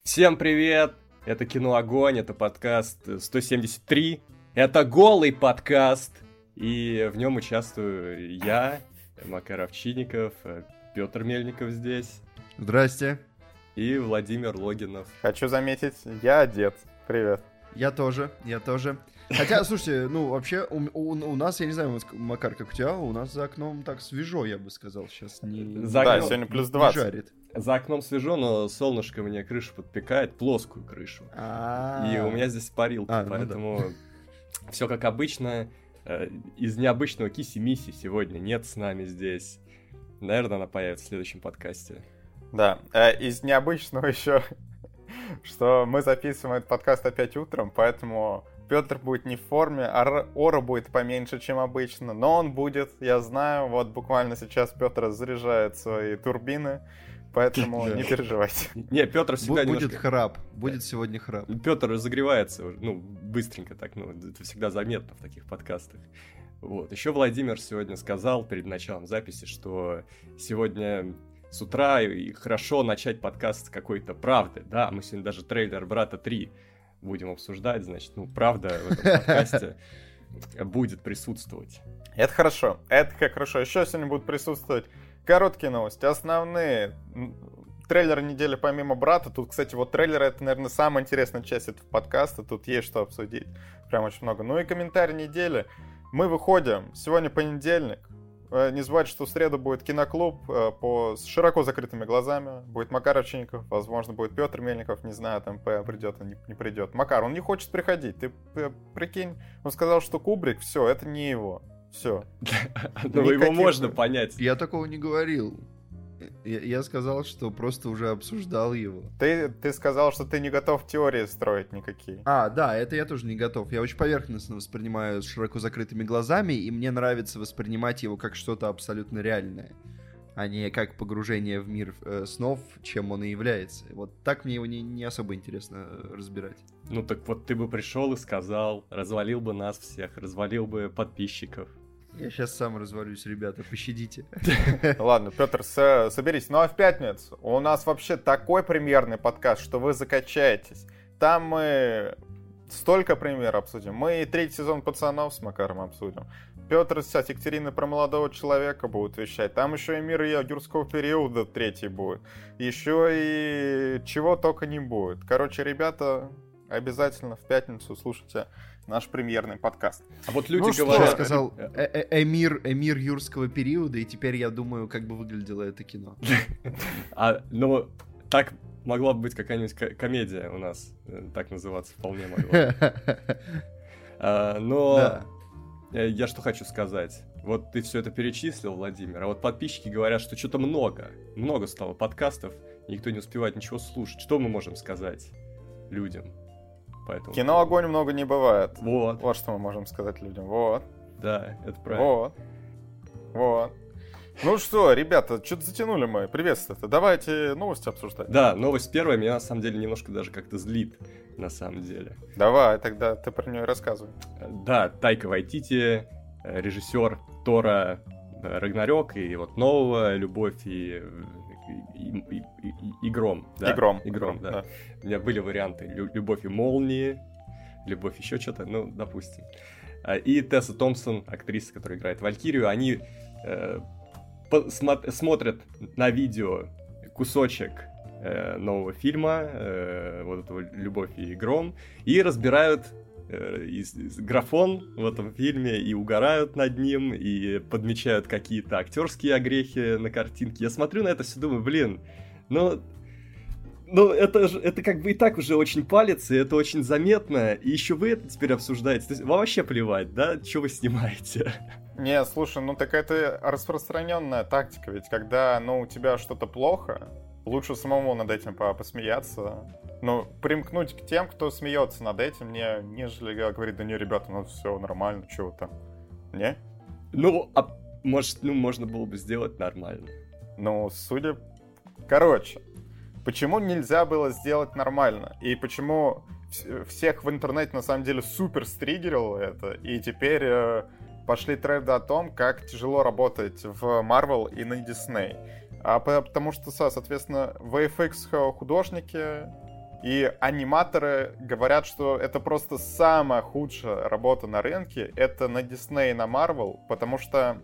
Всем привет! Это Кино Огонь, это подкаст 173. Это голый подкаст. И в нем участвую я, Макар Овчинников, Петр Мельников здесь. Здрасте. И Владимир Логинов. Хочу заметить, я одет. Привет. Я тоже. Хотя, слушайте, вообще у нас, я не знаю, Макар, как у тебя, у нас за окном так свежо, я бы сказал, сейчас. Да, сегодня плюс 20. Жарит. За окном свежо, но солнышко мне крышу подпекает, плоскую крышу. И у меня здесь парилка, поэтому все как обычно. Из необычного киси-миси сегодня нет с нами здесь. Наверное, она появится в следующем подкасте. Да, из необычного еще, что мы записываем этот подкаст опять утром, поэтому Петр будет не в форме, ора будет поменьше, чем обычно, но он будет, я знаю, вот буквально сейчас Петр заряжает свои турбины, поэтому не переживайте. Не, Петр всегда будет храп, будет сегодня храп. Петр разогревается, быстренько так, это всегда заметно в таких подкастах. Вот. Еще Владимир сегодня сказал перед началом записи, что сегодня с утра и хорошо начать подкаст с какой-то правды. Да, мы сегодня даже трейлер «Брата 3» будем обсуждать, значит, правда в этом подкасте будет присутствовать. Это хорошо, это как хорошо. Еще сегодня будут присутствовать короткие новости, основные трейлеры недели помимо «Брата». Тут, кстати, вот трейлеры — это, наверное, самая интересная часть этого подкаста. Тут есть что обсудить, прям очень много. Ну и комментарий недели. Мы выходим, сегодня понедельник. Не забывайте, что в среду будет киноклуб с широко закрытыми глазами. Будет Макар Овчинников, возможно, будет Петр Мельников, не знаю, там придет, не придет. Макар, он не хочет приходить, ты прикинь. Он сказал, что Кубрик, все, это не его. Все. Ну, его можно понять. Я такого не говорил. Я сказал, что просто уже обсуждал его. Ты сказал, что ты не готов теории строить никакие. Да, это я тоже не готов. Я очень поверхностно воспринимаю с широко закрытыми глазами, и мне нравится воспринимать его как что-то абсолютно реальное, а не как погружение в мир снов, чем он и является. Вот так мне его не особо интересно разбирать. Ну так вот ты бы пришел и сказал, развалил бы нас всех, развалил бы подписчиков. Я сейчас сам развалюсь, ребята, пощадите. Ладно, Петр, соберись. Ну а в пятницу у нас вообще такой премьерный подкаст, что вы закачаетесь. Там мы столько премьер обсудим. Мы и третий сезон «Пацанов» с Макаром обсудим. Петр с Екатериной про молодого человека будут вещать. Там еще и «Мир юрского периода» третий будет. Еще и чего только не будет. Короче, ребята, обязательно в пятницу слушайте наш премьерный подкаст. А вот люди говорят... Я сказал эмир юрского периода, и теперь я думаю, как бы выглядело это кино. Так могла бы быть какая-нибудь комедия у нас, так называться вполне могла. Но я что хочу сказать. Вот ты все это перечислил, Владимир, а вот подписчики говорят, что что-то много стало подкастов, никто не успевает ничего слушать. Что мы можем сказать людям? Поэтому... Кино огонь много не бывает. Вот что мы можем сказать людям. Вот. Да, это правильно. Вот. Ну что, ребята, что-то затянули мы. Приветствую-то. Давайте новости обсуждать. Да, новость первая меня на самом деле немножко даже как-то злит. На самом деле. Давай, тогда ты про нее рассказывай. Да, Тайка Вайтити, режиссер Тора Рагнарёк и вот нового «Любовь и Гром». Да? И Гром, да. У меня были варианты «Любовь и молнии», «Любовь еще что-то», допустим. И Тесса Томпсон, актриса, которая играет Валькирию, они смотрят на видео кусочек нового фильма, вот этого «Любовь и Гром», и разбирают графон в этом фильме, и угорают над ним, и подмечают какие-то актерские огрехи на картинке. Я смотрю на это все, думаю, это как бы и так уже очень палится, и это очень заметно, и еще вы это теперь обсуждаете. То есть вам вообще плевать, да, что вы снимаете? Не, слушай, так это распространенная тактика, ведь когда, у тебя что-то плохо, лучше самому над этим посмеяться. Примкнуть к тем, кто смеется над этим, нежели говорить, да не, ребята, все нормально, чего там. Не? Может, можно было бы сделать нормально. Короче, почему нельзя было сделать нормально? И почему всех в интернете на самом деле супер стригерило это, и теперь пошли тренды о том, как тяжело работать в Marvel и на Disney. Потому что, соответственно, VFX художники И аниматоры говорят, что это просто самая худшая работа на рынке. Это на Disney и на Marvel, потому что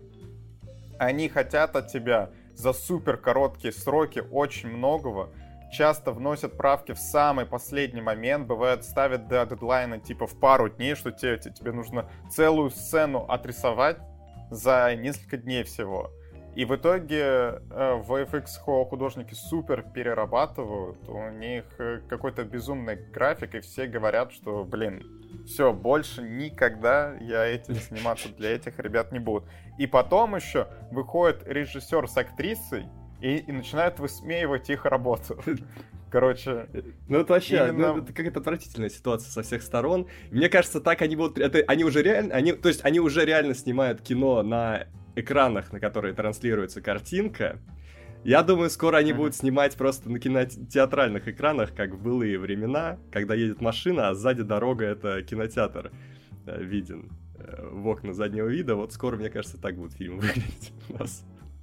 они хотят от тебя за супер короткие сроки очень многого. Часто вносят правки в самый последний момент. Бывает, ставят дедлайны типа в пару дней, что тебе нужно целую сцену отрисовать за несколько дней всего. И в итоге VFX художники супер перерабатывают, у них какой-то безумный график, и все говорят, что, блин, все, больше никогда я этим сниматься для этих ребят не буду. И потом еще выходит режиссер с актрисой и начинает высмеивать их работу. Короче, ну это вообще, это какая-то отвратительная ситуация со всех сторон. Мне кажется, так они будут, они уже реально снимают кино на экранах, на которые транслируется картинка. Я думаю, скоро они будут снимать просто на кинотеатральных экранах, как в былые времена, когда едет машина, а сзади дорога — это кинотеатр виден в окна заднего вида. Вот скоро, мне кажется, так будут фильмы выглядеть у нас.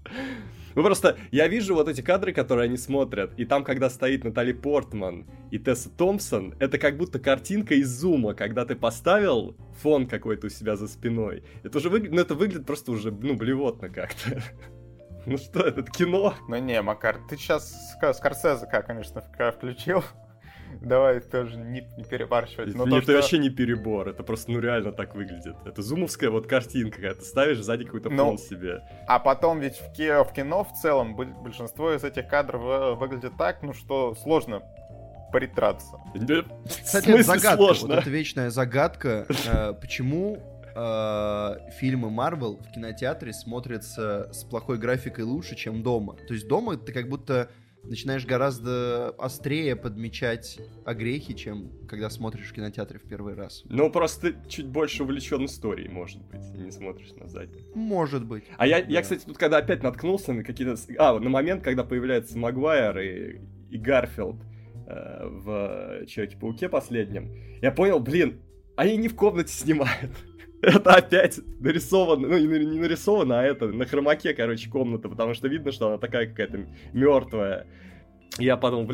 Ну просто, я вижу вот эти кадры, которые они смотрят, и там, когда стоит Натали Портман и Тесса Томпсон, это как будто картинка из зума, когда ты поставил фон какой-то у себя за спиной. Это уже это выглядит просто уже, блевотно как-то. Ну что, это кино? Ну не, Макар, ты сейчас Скорсезе, конечно, включил. Давай тоже не перебарщивать. Но это вообще не перебор, это просто, реально так выглядит. Это зумовская вот картинка, когда ты ставишь сзади какой-то фон себе. А потом ведь в кино в целом большинство из этих кадров выглядит так, что сложно притраться. Кстати, это загадка, сложно? Вот это вечная загадка, почему фильмы Marvel в кинотеатре смотрятся с плохой графикой лучше, чем дома. То есть дома ты как будто начинаешь гораздо острее подмечать огрехи, чем когда смотришь в кинотеатре в первый раз. Ну, просто ты чуть больше увлечен историей, может быть, и не смотришь на задний. Может быть. А я, кстати, тут когда опять наткнулся на какие-то... на момент, когда появляется Магуайр и Гарфилд в Человеке-пауке последнем, я понял, они не в комнате снимают. Это опять нарисовано, не нарисовано, а это на хромаке, комната, потому что видно, что она такая какая-то мертвая. И я подумал,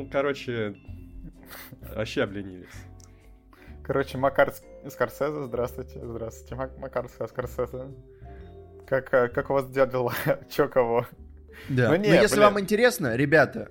вообще обленились. Макар Скорсезе, здравствуйте, Макар Скорсезе. Как у вас дела? Чё кого? Да. Если вам интересно, ребята,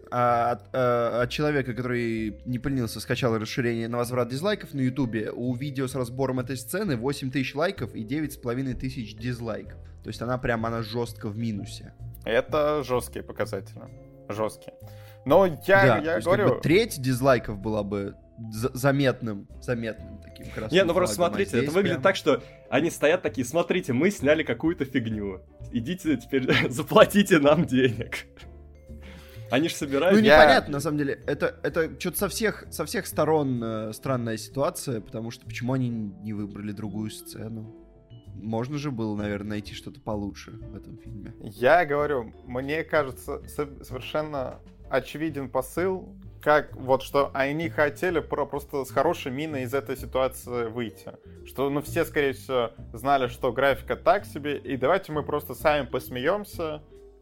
от человека, который не поленился, скачал расширение на возврат дизлайков на Ютубе, у видео с разбором этой сцены 8000 лайков и 9500 дизлайков. То есть она жестко в минусе. Это жесткие показатели. Жесткие. Но я говорю... треть дизлайков была бы заметным таким красным. Просто смотрите, это выглядит так, что они стоят такие: смотрите, мы сняли какую-то фигню, идите теперь заплатите нам денег. Они же собирают... непонятно, на самом деле, это что-то со всех сторон странная ситуация, потому что почему они не выбрали другую сцену? Можно же было, наверное, найти что-то получше в этом фильме. Я говорю, мне кажется, совершенно очевиден посыл, что они хотели просто с хорошей миной из этой ситуации выйти. Что, все, скорее всего, знали, что графика так себе, и давайте мы просто сами посмеемся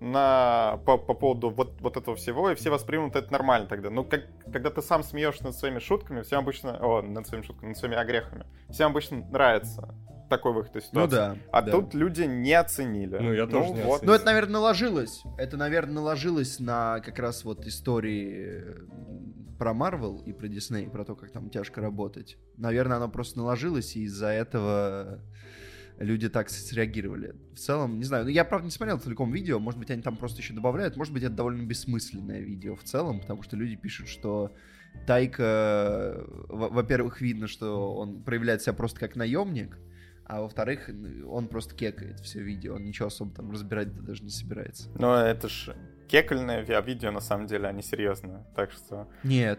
по поводу вот этого всего, и все воспримут это нормально тогда. Когда ты сам смеешься над своими шутками, всем обычно... над своими огрехами. Всем обычно нравится такой выход из ситуации. Тут люди не оценили. Я тоже не оценил. Это, наверное, наложилось. Это, наверное, наложилось на как раз истории про Marvel и про Disney, про то, как там тяжко работать. Наверное, оно просто наложилось, и из-за этого люди так среагировали. В целом, не знаю. Я, правда, не смотрел целиком видео. Может быть, они там просто еще добавляют. Может быть, это довольно бессмысленное видео в целом, потому что люди пишут, что Тайка... Во-первых, видно, что он проявляет себя просто как наемник, а во-вторых, он просто кекает все видео. Он ничего особо там разбирать даже не собирается. Но это ж кекальное видео, на самом деле, а не серьезное. Так что... Нет.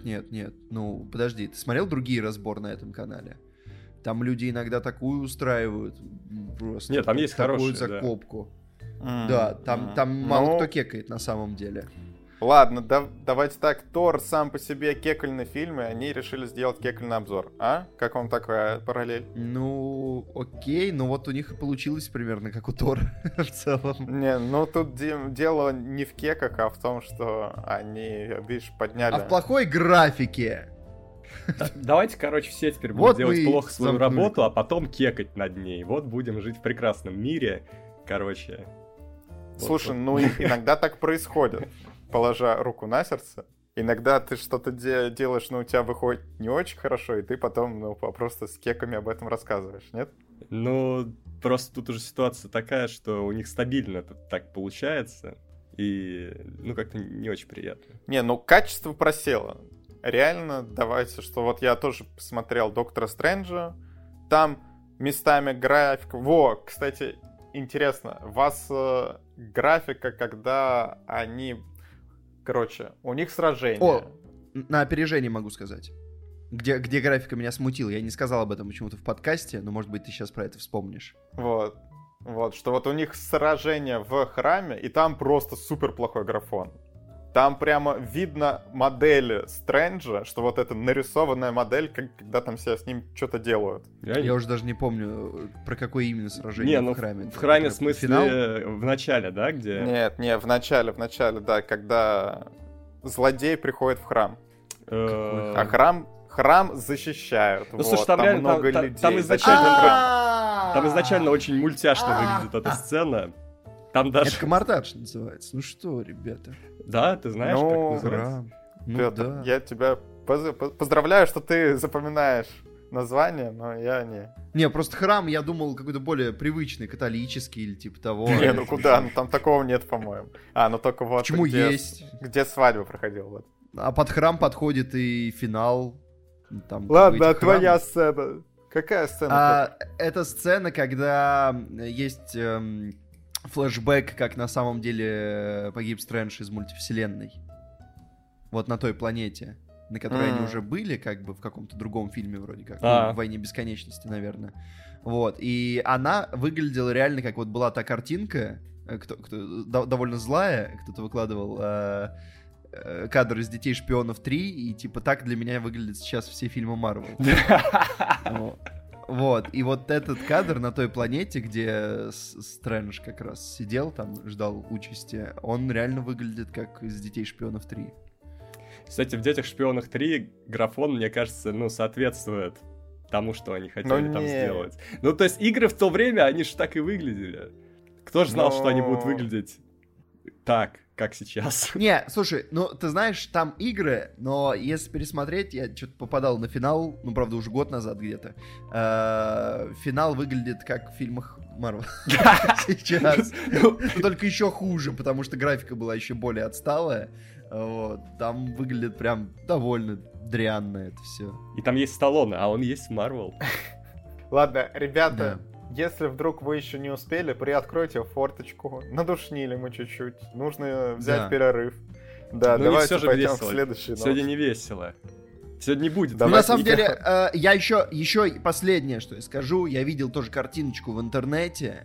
Ну, подожди, ты смотрел другие разборы на этом канале? Там люди иногда такую устраивают. Просто. Нет, там есть хорошие, закопку. Да, там мало кто кекает на самом деле. Ладно, давайте так. Тор сам по себе кекольный фильм, и они решили сделать кекольный обзор. А? Как вам такая параллель? Ну, окей, но вот у них и получилось примерно как у Тора в целом. Не, ну тут дело не в кеках, а в том, что они, видишь, подняли... А в плохой графике. Давайте, короче, все теперь будем Вот делать мы плохо свою замкнули. работу, а потом кекать над ней. Вот будем жить в прекрасном мире. Короче. Слушай, вот. ну иногда так происходит, положа руку на сердце. Иногда ты что-то делаешь, но у тебя выходит не очень хорошо, и ты потом, ну, просто с кеками об этом рассказываешь, нет? Ну, просто тут уже ситуация такая, что у них стабильно это так получается. И, ну, как-то не очень приятно. Не, ну качество просело. Реально, давайте, что вот я тоже посмотрел Доктора Стрэнджа, там местами графика... Во, кстати, интересно, у вас графика, когда они... Короче, у них сражение. О, на опережение могу сказать. Где графика меня смутила. Я не сказал об этом почему-то в подкасте, но, может быть, ты сейчас про это вспомнишь. Вот, что вот у них сражение в храме, и там просто супер плохой графон. Там прямо видно модель Стрэнджа, что вот эта нарисованная модель, когда там все с ним что-то делают. Я уже даже не помню, про какое именно сражение в храме. В храме, в смысле, финал? в начале, да, где... Нет, в начале, да, когда злодей приходит в храм. А храм защищают. Ну, вот, слушай, там реально много там людей. изначально... Там изначально очень мультяшно выглядит эта сцена. Там даже... Это Камартадж называется. Ну что, ребята? Да, ты знаешь, Ну, как называется? Храм. Ну Пётр, да. я тебя поздравляю, что ты запоминаешь название, но я не... Не, просто храм, я думал, какой-то более привычный, католический или типа того. Не, ну куда? Ну там такого нет, по-моему. Ну только вот... Почему где- есть? Где свадьба проходила. Вот. А под храм подходит и финал. Там Ладно, а какой-то храм. твоя сцена? Какая сцена? Это сцена, когда есть флешбэк, как на самом деле погиб Стрэндж из мультивселенной. Вот на той планете, на которой они уже были, как бы в каком-то другом фильме вроде как. Ну, в «Войне бесконечности», наверное. Вот. И она выглядела реально, как вот была та картинка, довольно злая, кто-то выкладывал кадр из «Детей шпионов 3», и типа так для меня выглядят сейчас все фильмы Марвел. Вот, и вот этот кадр на той планете, где Стрэндж как раз сидел там, ждал участи, он реально выглядит как из «Детей шпионов 3». Кстати, в «Детях шпионах 3» графон, мне кажется, ну, соответствует тому, что они хотели там сделать. Ну, то есть игры в то время, они же так и выглядели. Кто же знал, что они будут выглядеть так, как сейчас? Не, слушай, ну, ты знаешь, там игры, но если пересмотреть, я что-то попадал на финал, ну, правда, уже год назад где-то. Финал выглядит как в фильмах Марвел сейчас. Только еще хуже, потому что графика была еще более отсталая. Вот. Там выглядит прям довольно дрянно это все. И там есть Сталлоне, а он есть в Марвел. Ладно, ребята, если вдруг вы еще не успели, приоткройте форточку. Надушнили мы чуть-чуть. Нужно взять перерыв. Да, ну, давайте все пойдем весело. к следующей Сегодня не весело. Сегодня не будет. Ну, на самом деле, я еще последнее, что я скажу, я видел тоже картиночку в интернете,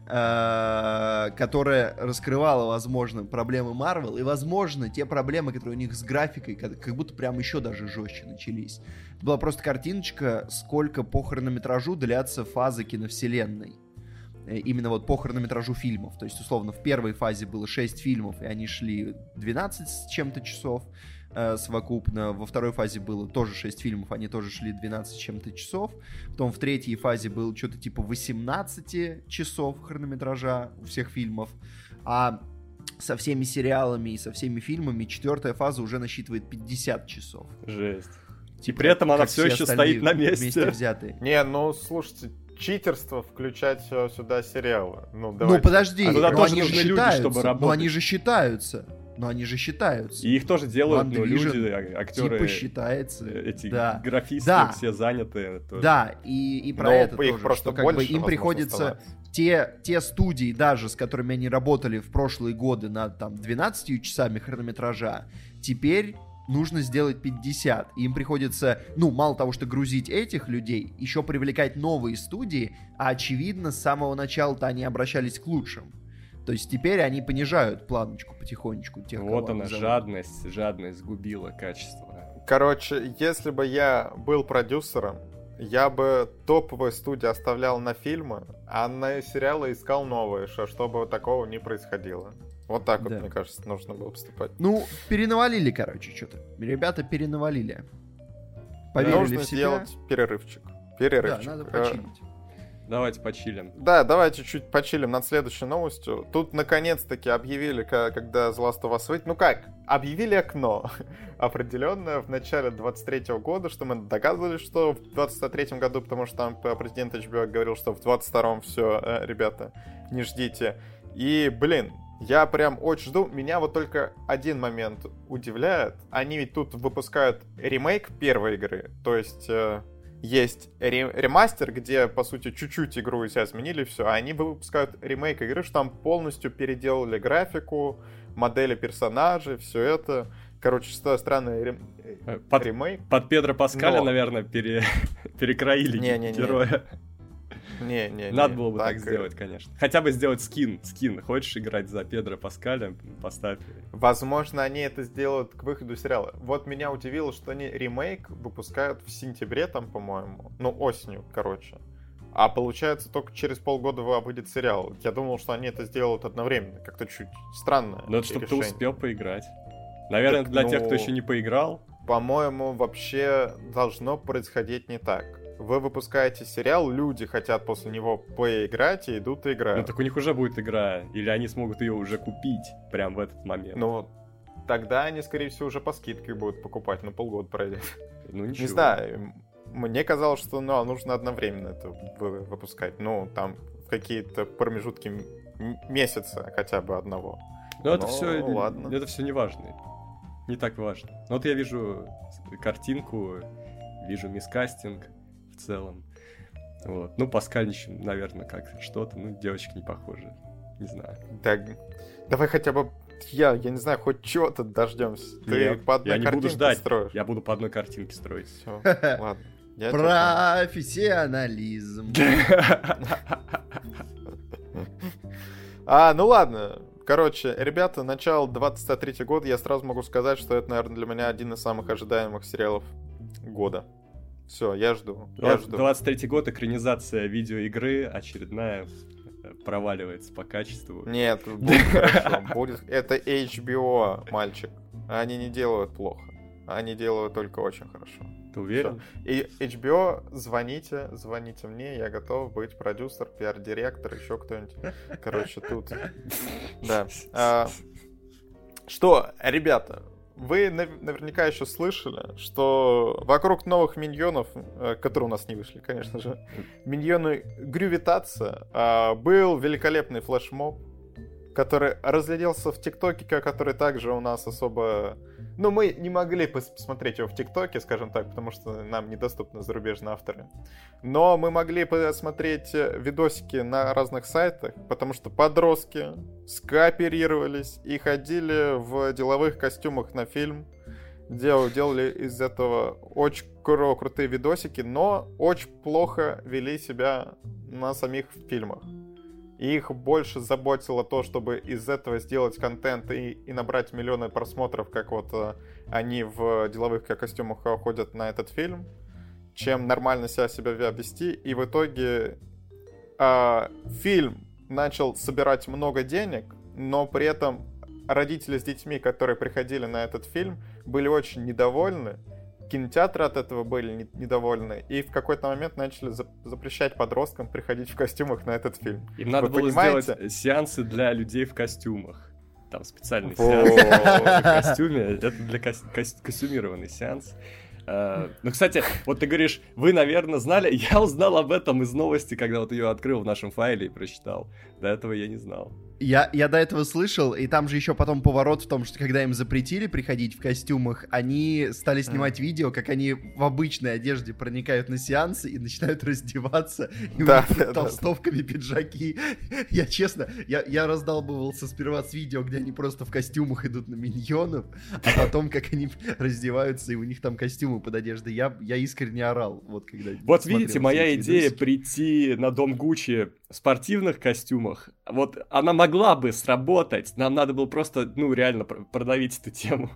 которая раскрывала, возможно, проблемы Marvel, и, возможно, те проблемы, которые у них с графикой, как будто прям еще даже жестче начались. Это была просто картиночка, сколько по хронометражу длятся фазы киновселенной. Именно вот по хронометражу фильмов. То есть, условно, в первой фазе было 6 фильмов, и они шли 12 с чем-то часов совокупно. Во второй фазе было тоже 6 фильмов, они тоже шли 12 с чем-то часов. Потом в третьей фазе было что-то типа 18 часов хронометража у всех фильмов. А со всеми сериалами и со всеми фильмами четвертая фаза уже насчитывает 50 часов. Жесть. И при этом она все еще стоит на месте. Взятые. Не, ну, слушайте, читерство включать сюда сериалы. Ну, подожди, туда тоже они же нужны люди, считаются. чтобы работать. Но они же считаются. И их тоже делают люди, актеры. Типа считается. Эти графисты все заняты. Тоже. Да, и про это тоже, что как бы им приходится те студии даже, с которыми они работали в прошлые годы над там 12 часами хронометража, теперь нужно сделать 50. И им приходится, ну, мало того, что грузить этих людей, еще привлекать новые студии, а очевидно, с самого начала-то они обращались к лучшим. То есть теперь они понижают планочку потихонечку. Тех, Вот она, жадность сгубила качество. Короче, если бы я был продюсером, я бы топовые студии оставлял на фильмы, а на сериалы искал новые, чтобы такого не происходило. Вот так вот, мне кажется, нужно было поступать. Ну, перенавалили, короче, что-то. Ребята перенавалили. Поверили нужно в себя. сделать перерывчик. Да, надо почилить. Давайте почилим. Да, давайте чуть почилим над следующей новостью. Тут наконец-таки объявили, когда The Last of Us выйдет. Ну как? Объявили окно определенное в начале 23-го года, что мы догадывались, что в 23-м году, потому что там президент HBO говорил, что в 22-м все, ребята, не ждите. И, блин, я прям очень жду. Меня вот только один момент удивляет. Они ведь тут выпускают ремейк первой игры, то есть... Есть ремастер, где, по сути, чуть-чуть игру из себя изменили, все, а они выпускают ремейк игры, что там полностью переделали графику, модели персонажей, все это. Короче, странный ремейк. Под Педро Паскаля, наверное, перекроили героя. Не. Надо было бы так сделать, конечно. Хотя бы сделать скин. Хочешь играть за Педро Паскаля? Поставь. Возможно, они это сделают к выходу сериала. Вот меня удивило, что они ремейк выпускают в сентябре, там, по-моему. Ну, осенью, короче. А получается, только через полгода выйдет сериал. Я думал, что они это сделают одновременно. Как-то чуть странно. Ну, это чтобы ты успел поиграть. Наверное, так, для тех, кто еще не поиграл. По-моему, вообще должно происходить не так. Вы выпускаете сериал, люди хотят после него поиграть и идут и играют. Ну так у них уже будет игра, или они смогут ее уже купить прямо в этот момент. Ну, тогда они, скорее всего, уже по скидке будут покупать, но полгода пройдет. Ну ничего. Не знаю, мне казалось, что нужно одновременно это выпускать. Ну, там в какие-то промежутки месяца хотя бы одного. Но это все, ладно. Это все не важно. Не так важно. Но вот я вижу картинку, вижу мискастинг в целом. Вот. Ну, Паскаль, наверное, как что-то. Ну, девочка не похожа. Не знаю. Так, давай хотя бы я не знаю, хоть чего-то дождемся. Ты по одной картинке ждать. Строишь. Я буду по одной картинке строить. Все, ладно. Профессионализм. Ну ладно. Короче, ребята, начало 23 года, я сразу могу сказать, что это, наверное, для меня один из самых ожидаемых сериалов года. Все, я жду. 23 год, экранизация видеоигры очередная проваливается по качеству. Нет, будет хорошо. Это HBO, мальчик. Они не делают плохо. Они делают только очень хорошо. Ты уверен? И HBO, звоните мне, я готов быть продюсер, пиар-директор, еще кто-нибудь. Короче, тут... Да. Что, ребята, вы наверняка еще слышали, что вокруг новых миньонов, которые у нас не вышли, конечно же, миньоны Грювитация, был великолепный флешмоб, который разгляделся в ТикТоке, который также у нас особо... Ну, мы не могли посмотреть его в ТикТоке, скажем так, потому что нам недоступны зарубежные авторы. Но мы могли посмотреть видосики на разных сайтах, потому что подростки скооперировались и ходили в деловых костюмах на фильм. Делали из этого очень крутые видосики, но очень плохо вели себя на самих фильмах. И их больше заботило то, чтобы из этого сделать контент и набрать миллионы просмотров, как вот они в деловых костюмах ходят на этот фильм, чем нормально себя вести. И в итоге фильм начал собирать много денег, но при этом родители с детьми, которые приходили на этот фильм, были очень недовольны. Кинотеатры от этого были недовольны, и в какой-то момент начали запрещать подросткам приходить в костюмах на этот фильм. Им надо было сделать сеансы для людей в костюмах. Там специальный сеанс в костюме. Это для костюмированный сеанс. Ну, кстати, вот ты говоришь, вы, наверное, знали. Я узнал об этом из новости, когда вот ее открыл в нашем файле и прочитал. До этого я не знал. Я до этого слышал, и там же еще потом поворот в том, что когда им запретили приходить в костюмах, они стали снимать видео, как они в обычной одежде проникают на сеансы и начинают раздеваться, и у них толстовками пиджаки. Я честно, я раздалбывался сперва с видео, где они просто в костюмах идут на миньонов, а потом как они раздеваются, и у них там костюмы под одеждой. Я искренне орал. Вот видите, моя идея прийти на Дом Гуччи в спортивных костюмах, вот она могла бы сработать. Нам надо было просто, ну, реально продавить эту тему.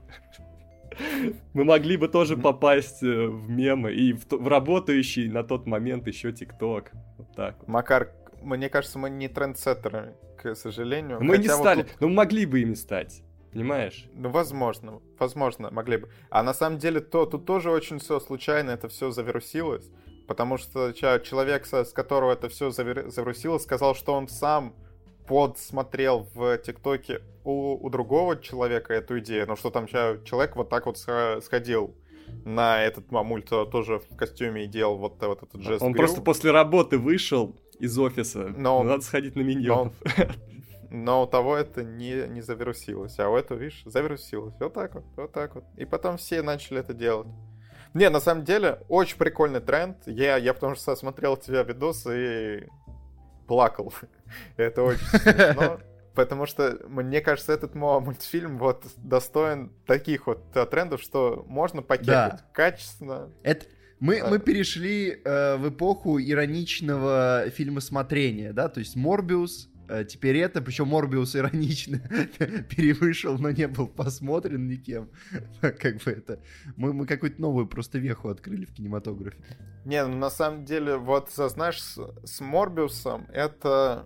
Мы могли бы тоже попасть в мемы и в работающий на тот момент еще ТикТок. Вот так вот. Макар, мне кажется, мы не трендсеттеры, к сожалению. Мы не стали, вот тут... но мы могли бы ими стать. Понимаешь? Ну, возможно, могли бы. А на самом деле, тут тоже очень все случайно, это все завирусилось. Потому что человек, с которого это все завирусилось, сказал, что он сам подсмотрел в ТикТоке у другого человека эту идею. Ну, что там человек вот так вот сходил на этот мамуль, тоже в костюме и делал вот этот жест. Он просто после работы вышел из офиса. Надо сходить на миньонов. Но у того это не завирусилось, а у этого, видишь, завирусилось. Вот так вот. И потом все начали это делать. Не, на самом деле, очень прикольный тренд. Я потому что смотрел тебя видос и плакал. Это очень смешно. Потому что, мне кажется, этот мультфильм вот достоин таких вот трендов, что можно покекать качественно. Мы перешли в эпоху ироничного фильмосмотрения, да, то есть Морбиус. Теперь это, причем Морбиус иронично перевышел, но не был посмотрен никем. Как бы это... Мы какую-то новую просто веху открыли в кинематографе. Не, ну на самом деле, вот, знаешь, с Морбиусом это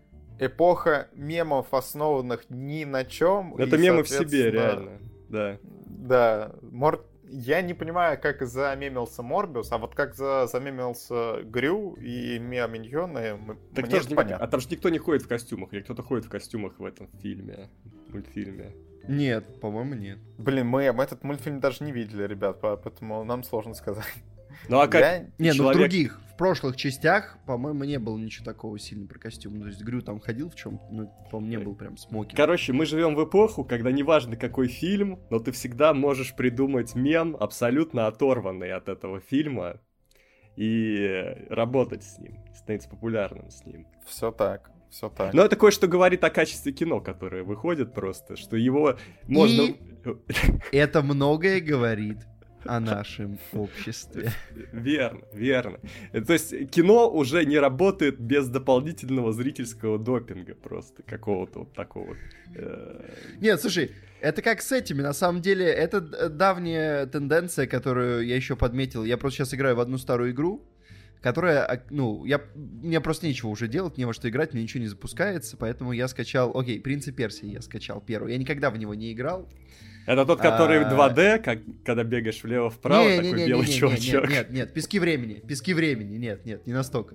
эпоха мемов, основанных ни на чем. Это мемы в себе, реально. Да. Да. Я не понимаю, как замемился Морбиус, а вот как замемился Грю и Миньоны, так мне это понятно. А там же никто не ходит в костюмах, или кто-то ходит в костюмах в этом мультфильме? Нет, по-моему, нет. Блин, мы этот мультфильм даже не видели, ребят, поэтому нам сложно сказать. Ну а как в других, в прошлых частях, по-моему, не было ничего такого сильно про костюм. То есть Грю там ходил в чем-то, но, по-моему, не был прям смокинг. Короче, мы живем в эпоху, когда неважно какой фильм, но ты всегда можешь придумать мем, абсолютно оторванный от этого фильма, и работать с ним, становиться популярным с ним. Все так. Но это кое-что говорит о качестве кино, которое выходит просто, что его можно... И это многое говорит о нашем обществе. Верно. То есть кино уже не работает без дополнительного зрительского допинга просто какого-то вот такого. Нет, слушай, это как с этими, на самом деле, это давняя тенденция, которую я еще подметил. Я просто сейчас играю в одну старую игру, которая, мне просто нечего уже делать, не во что играть, мне ничего не запускается, поэтому я скачал, «Принц и Персия» я скачал первый. Я никогда в него не играл. Это тот, который 2D, когда бегаешь влево-вправо, такой белый чувачок. Нет, пески времени, нет, не настолько.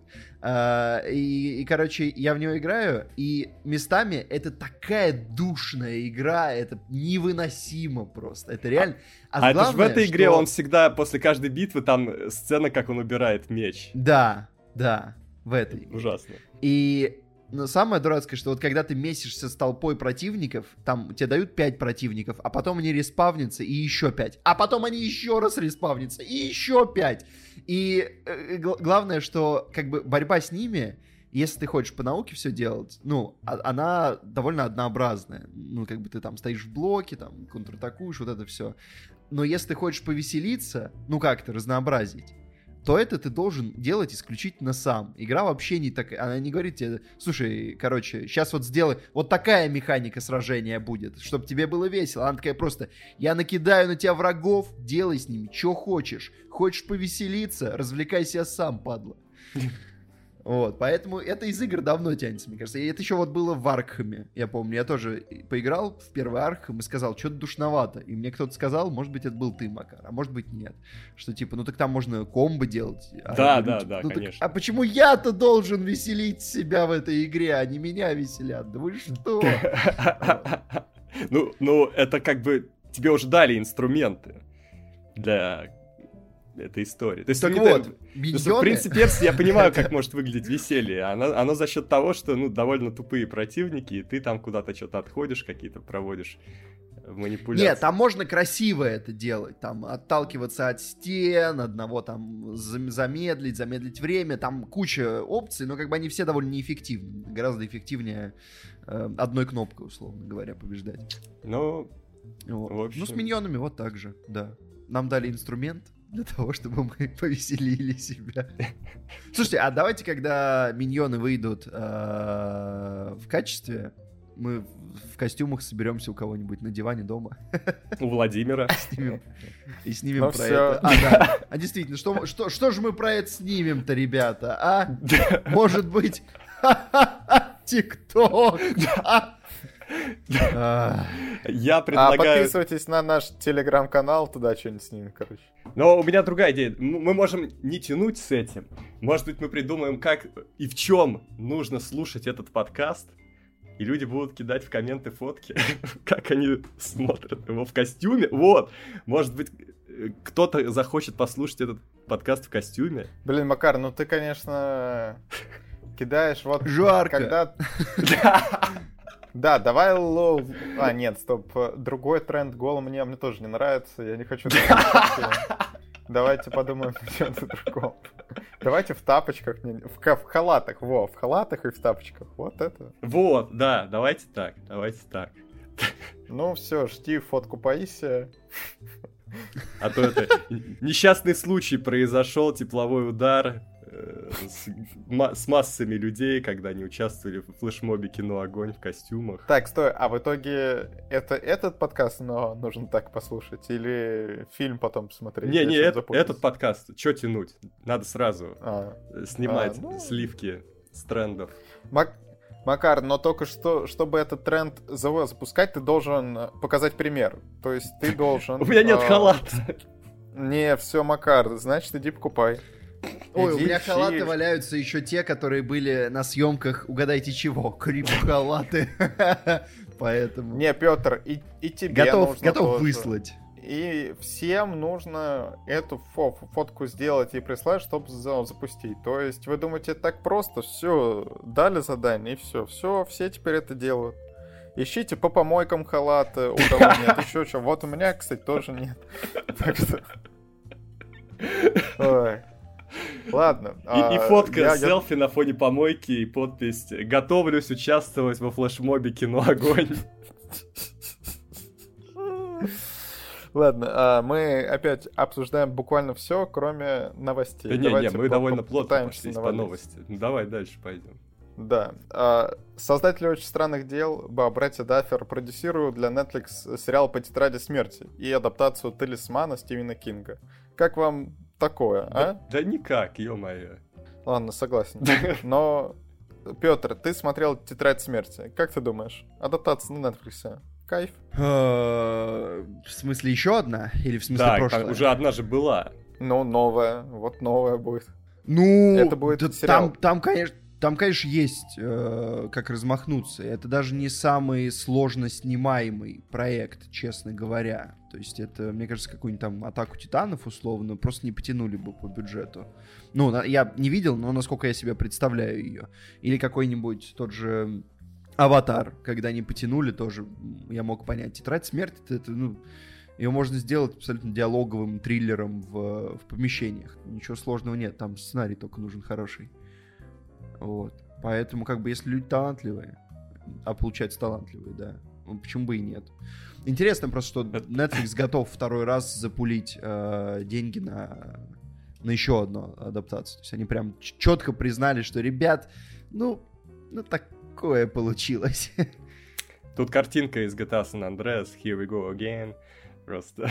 Короче, я в него играю, и местами это такая душная игра, это невыносимо просто, это реально... А это же в этой игре он всегда, после каждой битвы, там сцена, как он убирает меч. Да, в этой. Ужасно. Но самое дурацкое, что вот когда ты месишься с толпой противников, там тебе дают 5 противников, а потом они респавнятся и еще 5. А потом они еще раз респавнятся и еще 5. И главное, что как бы борьба с ними, если ты хочешь по науке все делать, она довольно однообразная. Как бы ты там стоишь в блоке, там контратакуешь, вот это все. Но если ты хочешь повеселиться, как-то разнообразить, то это ты должен делать исключительно сам. Игра вообще не такая. Она не говорит тебе, слушай, короче, сейчас вот сделай, вот такая механика сражения будет, чтобы тебе было весело. Она такая просто, я накидаю на тебя врагов, делай с ними, что хочешь. Хочешь повеселиться, развлекай себя сам, падла. Вот, поэтому это из игр давно тянется, мне кажется. И это еще вот было в Аркхаме, я помню. Я тоже поиграл в первый Аркхам и сказал, что-то душновато. И мне кто-то сказал, может быть, это был ты, Макар, а может быть, нет. Что типа, так там можно комбо делать. Да, конечно. А почему я-то должен веселить себя в этой игре, а не меня веселят? Да вы что? Это как бы тебе уже дали инструменты для... этой истории. То есть, так вот, в принципе, Перси, я понимаю, как может выглядеть веселье. Оно за счет того, что, довольно тупые противники, и ты там куда-то что-то отходишь, какие-то проводишь манипуляции. Нет, там можно красиво это делать. Там отталкиваться от стен, одного там замедлить время. Там куча опций, но как бы они все довольно неэффективны. Гораздо эффективнее одной кнопкой, условно говоря, побеждать. В общем... с миньонами вот так же, да. Нам дали инструмент для того, чтобы мы повеселили себя. Слушайте, а давайте, когда миньоны выйдут в качестве, мы в костюмах соберемся у кого-нибудь на диване дома. У Владимира. И снимем Ну про всё. это. Да. А действительно, что же мы про это снимем-то, ребята? А? Может быть, ТикТок? Я предлагаю... Подписывайтесь на наш телеграм-канал, туда что-нибудь снимем, короче. Но у меня другая идея. Мы можем не тянуть с этим. Может быть, мы придумаем, как и в чем нужно слушать этот подкаст. И люди будут кидать в комменты фотки, как они смотрят его в костюме. Вот. Может быть, кто-то захочет послушать этот подкаст в костюме. Блин, Макар, ну ты, конечно, кидаешь вот... Жарко. Когда... Да, давай нет, стоп. Другой тренд голым мне тоже не нравится. Я не хочу... Давайте подумаем о чем-то другом. Давайте в тапочках, в халатах, в халатах и в тапочках. Вот это. Вот, да, давайте так. Ну все, жди фотку Паисия. А то это несчастный случай произошел, тепловой удар с массами людей, когда они участвовали в флешмобе «Кино Огонь» в костюмах. Так, стой, а в итоге этот подкаст нужно так послушать? Или фильм потом посмотреть? Не, этот подкаст, что тянуть? Надо сразу снимать ну... сливки с трендов. Макар, но только что, чтобы этот тренд запускать, ты должен показать пример. То есть ты должен... У меня нет халата. Не, все, Макар, значит, иди покупай. Ой, у меня халаты валяются еще те, которые были на съемках, угадайте чего, крип-халаты. Поэтому... Не, Петр, и тебе нужно готов тоже. выслать. И всем нужно эту фотку сделать и прислать, чтобы запустить. То есть вы думаете, так просто? Все, дали задание, и все теперь это делают. Ищите по помойкам халаты, у кого нет, еще что. Вот у меня, кстати, тоже нет. Так что... Ой. Ладно. И фотка селфи на фоне помойки и подпись «Готовлюсь участвовать во флешмобе «Кино Огонь». Ладно, мы опять обсуждаем буквально все, кроме новостей. Да не, мы довольно плотно пошли по новости. Давай дальше пойдем. Да. Создатели «Очень странных дел», братья Даффер, продюсируют для Netflix сериал «По тетради смерти» и адаптацию «Талисмана» Стивена Кинга. Как вам такое, а? Да никак, ё-моё. Ладно, согласен. Но, Петр, ты смотрел «Тетрадь смерти». Как ты думаешь? Адаптация на Netflix. Кайф? В смысле, еще одна? Или в смысле прошлая? Да, уже одна же была. Ну, новая. Вот новая будет. Ну, это будет сериал. Там, конечно, есть как размахнуться. Это даже не самый сложно снимаемый проект, честно говоря. То есть это, мне кажется, какую-нибудь там «Атаку титанов» условно просто не потянули бы по бюджету. Ну, я не видел, но насколько я себе представляю ее. Или какой-нибудь тот же «Аватар», когда не потянули, тоже я мог понять. «Тетрадь смерти» это, ее можно сделать абсолютно диалоговым триллером в помещениях. Ничего сложного нет, там сценарий только нужен хороший. Вот. Поэтому, как бы, если люди талантливые, а получается талантливые, да, почему бы и нет. Интересно просто, что Netflix готов второй раз запулить деньги на еще одну адаптацию. То есть они прям четко признали, что, ребят, ну такое получилось. Тут картинка из GTA San Andreas, here we go again. Просто...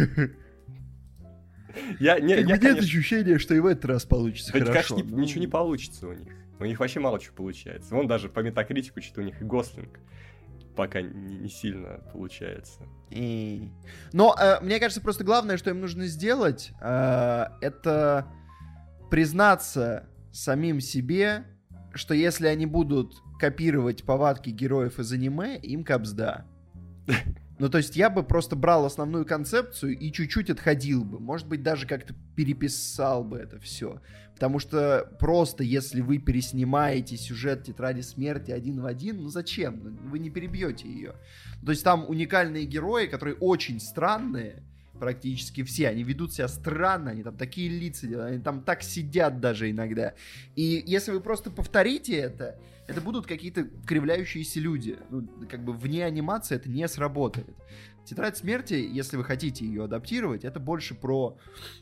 Нет ощущения, что и в этот раз получится хорошо. Конечно, ничего не получится у них. У них вообще мало чего получается. Вон даже по метакритику что-то у них и Гослинг пока не сильно получается. Но мне кажется, просто главное, что им нужно сделать, это признаться самим себе, что если они будут копировать повадки героев из аниме, им капсда. Ну, то есть я бы просто брал основную концепцию и чуть-чуть отходил бы. Может быть, даже как-то переписал бы это все. Потому что просто если вы переснимаете сюжет «Тетради смерти» один в один, ну зачем? Вы не перебьете ее. То есть там уникальные герои, которые очень странные, практически все. Они ведут себя странно, они там такие лица делают, они там так сидят даже иногда. И если вы просто повторите это будут какие-то кривляющиеся люди. Ну, как бы вне анимации это не сработает. «Тетрадь смерти», если вы хотите ее адаптировать, это больше про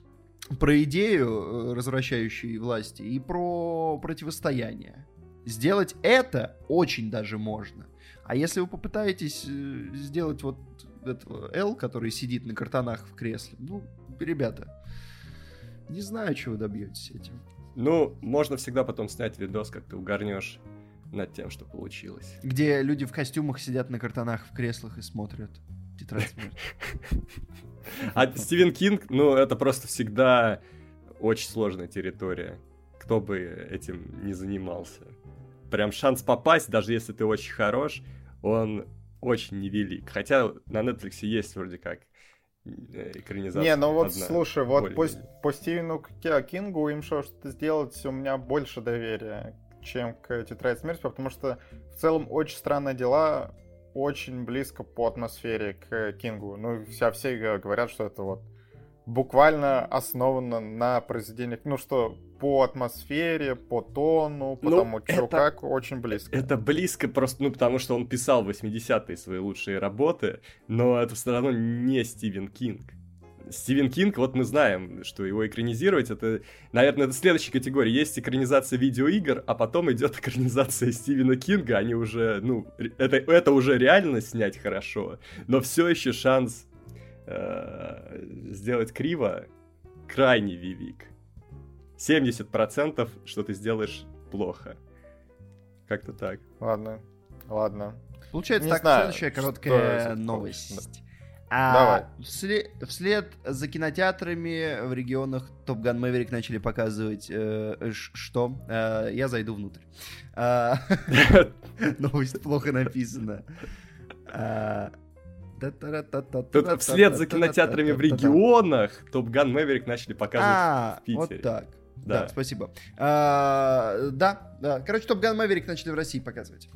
идею развращающей власти и про противостояние. Сделать это очень даже можно. А если вы попытаетесь сделать вот этого L, который сидит на картонах в кресле, ну, ребята, не знаю, чего вы добьетесь этим. Ну, можно всегда потом снять видос, как ты угорнешь над тем, что получилось. Где люди в костюмах сидят на картонах в креслах и смотрят «Тетрадь смерти». А Стивен Кинг, ну, это просто всегда очень сложная территория. Кто бы этим не занимался. Прям шанс попасть, даже если ты очень хорош, он очень невелик. Хотя на Netflix есть вроде как экранизация. Не, ну вот одна, слушай, вот более-менее. по Стивену Кингу им что-то сделать, у меня больше доверия, чем к «Тетрадь смерти», потому что в целом «Очень странные дела» очень близко по атмосфере к Кингу. Ну, все говорят, что это вот буквально основано на произведениях, ну что, по атмосфере, по тону, по тому, что как, очень близко. Это близко просто, ну, потому что он писал в 80-е свои лучшие работы, но это все равно не Стивен Кинг. Стивен Кинг, вот мы знаем, что его экранизировать, это, наверное, это следующая категория. Есть экранизация видеоигр, а потом идет экранизация Стивена Кинга. Они уже, ну, это уже реально снять хорошо, но все еще шанс сделать криво крайне велик. 70%, что ты сделаешь плохо. Как-то так. Ладно. Получается Не так, знаю, следующая короткая что новость. Давай. Вслед за кинотеатрами в регионах Top Gun Maverick начали показывать что? Я зайду внутрь. Новость плохо написана. Тут вслед за кинотеатрами в регионах Top Gun Maverick начали показывать в Питере. Вот так. Да, спасибо. Да. Короче, Top Gun Maverick начали в России показывать.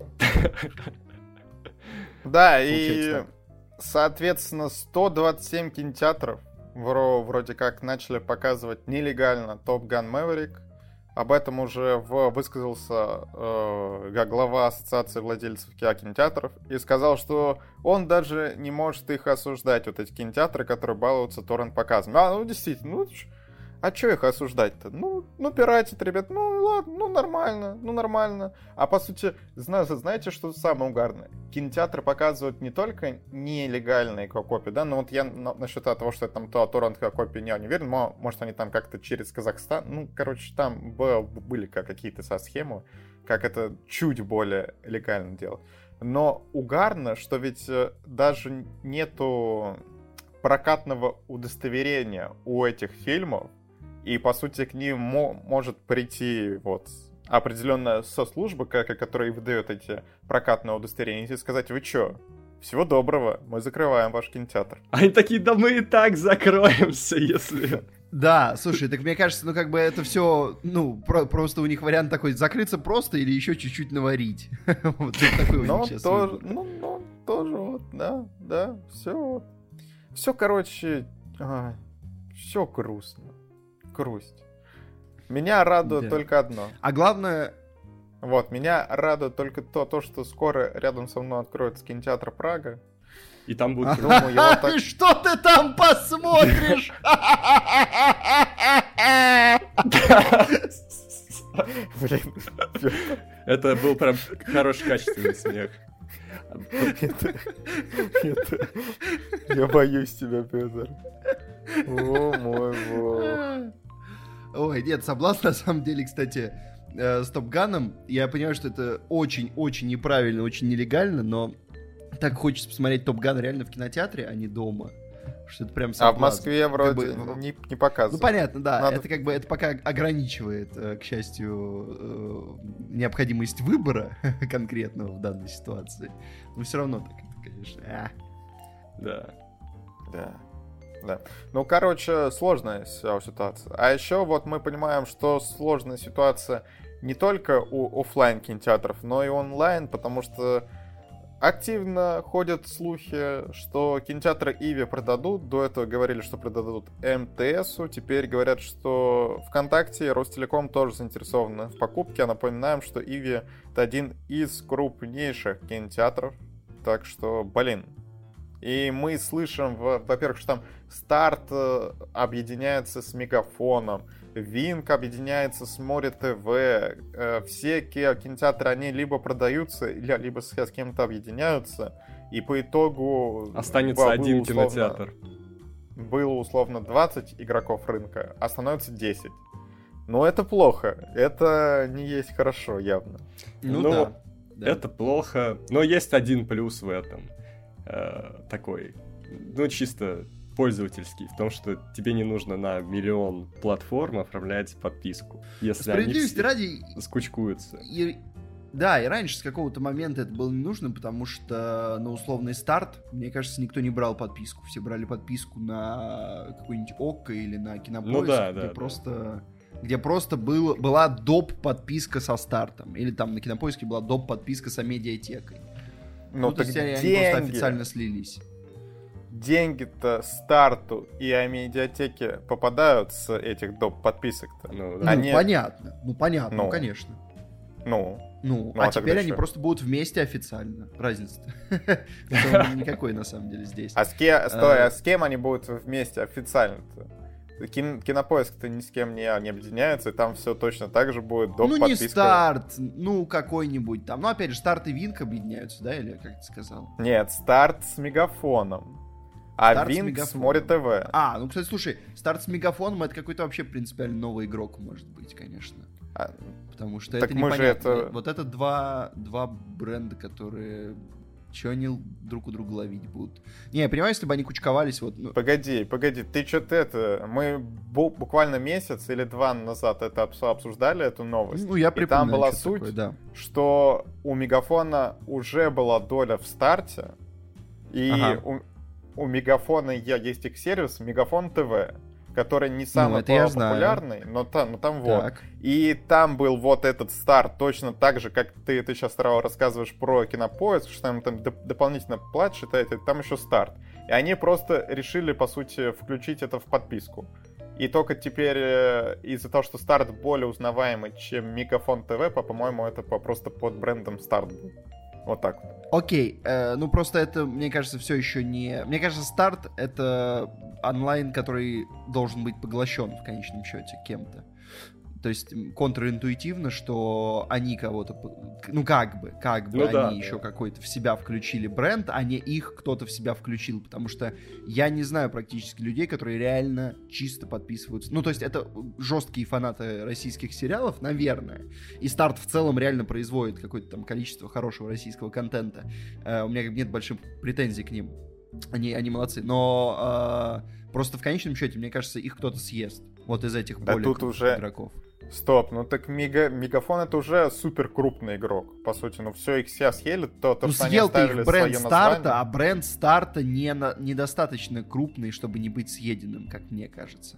Да, и, соответственно, 127 кинотеатров вроде как начали показывать нелегально Top Gun Maverick. Об этом уже высказался глава Ассоциации владельцев кинотеатров и сказал, что он даже не может их осуждать, вот эти кинотеатры, которые балуются торрент-показами. Ну действительно, а что их осуждать-то? Ну, пиратят, ребят, ну ладно, нормально. А по сути, знаете, что самое угарное? Кинотеатры показывают не только нелегальные копии, да, но вот я насчет того, что это там торрент копии не уверен, может они там как-то через Казахстан, ну, короче, там были какие-то схемы, как это чуть более легально делать. Но угарно, что ведь даже нету прокатного удостоверения у этих фильмов, и, по сути, к ним может прийти вот определенная соцслужба, которая выдает эти прокатные удостоверения, и сказать: вы чё, всего доброго, мы закрываем ваш кинотеатр. Они такие: да мы и так закроемся, если... Да, слушай, так мне кажется, ну как бы это все, ну, просто у них вариант такой: закрыться просто или еще чуть-чуть наварить. Вот такой у них сейчас выбор. Ну, тоже вот, да, все, короче, все грустно. Грусть. Меня радует только одно. А главное... Вот, меня радует только то, что скоро рядом со мной откроется кинотеатр Прага. И там будет... И что ты там посмотришь? Блин. Это был прям хороший, качественный смех. Я боюсь тебя, Петр. О, мой бог. Ой, нет, соблазн на самом деле, кстати, с Топ Ганом. Я понимаю, что это очень-очень неправильно, очень нелегально, но так хочется посмотреть Топ Ган реально в кинотеатре, а не дома. Что это прям соблазн. А в Москве вроде не показывают. Ну, понятно, да. Это как бы это пока ограничивает, к счастью, необходимость выбора конкретного в данной ситуации. Но все равно так, конечно. Да. Ну, короче, сложная ситуация. А еще вот мы понимаем, что сложная ситуация не только у офлайн кинотеатров, но и онлайн, потому что активно ходят слухи, что кинотеатры Иви продадут. До этого говорили, что продадут МТСу. Теперь говорят, что ВКонтакте и Ростелеком тоже заинтересованы в покупке. А напоминаем, что Иви — это один из крупнейших кинотеатров. Так что, блин, И мы слышим, во-первых, что там Старт объединяется с Мегафоном, Винк объединяется с Море ТВ. Все кинотеатры, они либо продаются, либо с кем-то объединяются. И по итогу... Останется один кинотеатр. Было условно 20 игроков рынка, а становится 10. Но это плохо. Это не есть хорошо, явно. Ну да. Это плохо. Но есть один плюс в этом. Такой, ну, чисто пользовательский, в том, что тебе не нужно на миллион платформ оформлять подписку, если они все ради... скучкуются. Да, и раньше с какого-то момента это было не нужно, потому что на условный Старт, мне кажется, никто не брал подписку. Все брали подписку на какой-нибудь ОККО или на Кинопоиск, ну, да, где просто была доп. Подписка со Стартом. Или там на Кинопоиске была доп. Подписка с Медиатекой. Ну, то есть они просто официально слились. Деньги-то Старту и Медиатеке попадают с этих доп. Подписок-то. Понятно, конечно. А теперь они просто будут вместе официально. Разница-то никакой на самом деле здесь. А с кем они будут вместе официально-то? Кинопоиск-то ни с кем не объединяется, и там все точно так же будет доп. Подписка. Ну не Старт, какой-нибудь там. Опять же, Старт и Винк объединяются, да, или как ты сказал? Нет, Старт с Мегафоном. А Винк с Море ТВ. Кстати, слушай, Старт с Мегафоном — это какой-то вообще принципиально новый игрок, может быть, конечно. Потому что это непонятно. Вот это два бренда, которые... Че они друг у друга ловить будут? Не, я понимаю, если бы они кучковались вот... Погоди, ты что-то это... Мы буквально месяц или 2 назад это обсуждали, эту новость. Я припоминаю, и там была суть, такое, да. что у Мегафона уже была доля в Старте, и у Мегафона есть их сервис Мегафон ТВ, который не самый популярный, но там вот. И там был вот этот Старт, точно так же, как ты сейчас рассказываешь про Кинопоиск, что там дополнительно платишь, там еще Старт. И они просто решили, по сути, включить это в подписку. И только теперь из-за того, что Старт более узнаваемый, чем Мегафон ТВ, по-моему, это просто под брендом Старт был. Вот так вот. Окей, просто это, мне кажется, все еще не... Мне кажется, Старт — это онлайн, который должен быть поглощен в конечном счете кем-то. То есть контринтуитивно, что они кого-то... они еще какой-то в себя включили бренд, а не их кто-то в себя включил. Потому что я не знаю практически людей, которые реально чисто подписываются. То есть это жесткие фанаты российских сериалов, наверное. И Старт в целом реально производит какое-то там количество хорошего российского контента. У меня нет больших претензий к ним. Они молодцы. Но просто в конечном счете, мне кажется, их кто-то съест. Вот из этих более крупных игроков. Стоп, так Мегафон — это уже супер крупный игрок. По сути, все их все съели, то что они оставили бренд свое Старта, название. а бренд Старта недостаточно крупный, чтобы не быть съеденным, как мне кажется.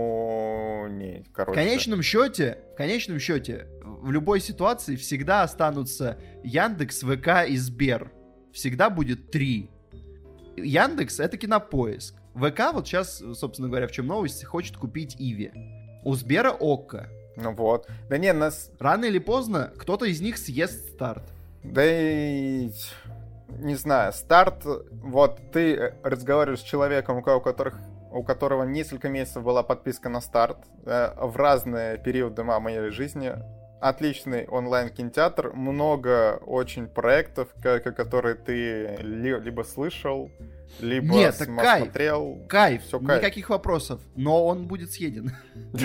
В конечном счете, в любой ситуации всегда останутся Яндекс, ВК и Сбер. Всегда будет 3. Яндекс — это Кинопоиск. ВК вот сейчас, собственно говоря, в чем новость, хочет купить Иви. У Сбера ОККО. Рано или поздно кто-то из них съест Старт. Да и... Не знаю, Старт... Вот ты разговариваешь с человеком, у которого несколько месяцев была подписка на Старт в разные периоды моей жизни. Отличный онлайн-кинотеатр, много очень проектов, которые ты либо слышал, либо смотрел. Кайф, никаких вопросов, но он будет съеден.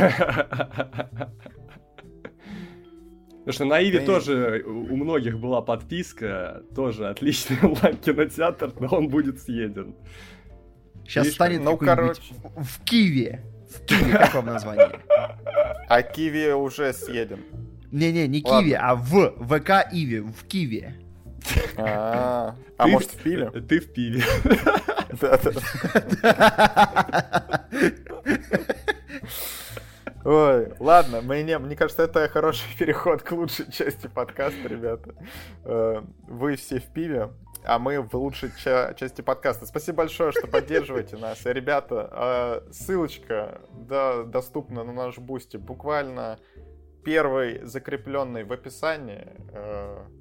Потому что на Иви тоже у многих была подписка, тоже отличный онлайн-кинотеатр, но он будет съеден. Сейчас станет какой-нибудь в Киеве. В Киеве, как вам название? А Киви уже съеден. Не Киви, а в ВК Иви, в Киеве. Может в пиве? Ты в пиве. Ой, ладно, мне кажется, это хороший переход к лучшей части подкаста, ребята. Вы все в пиве, а мы в лучшей части подкаста. Спасибо большое, что поддерживаете нас. Ребята, ссылочка доступна на наш Бусти буквально первый закрепленный в описании.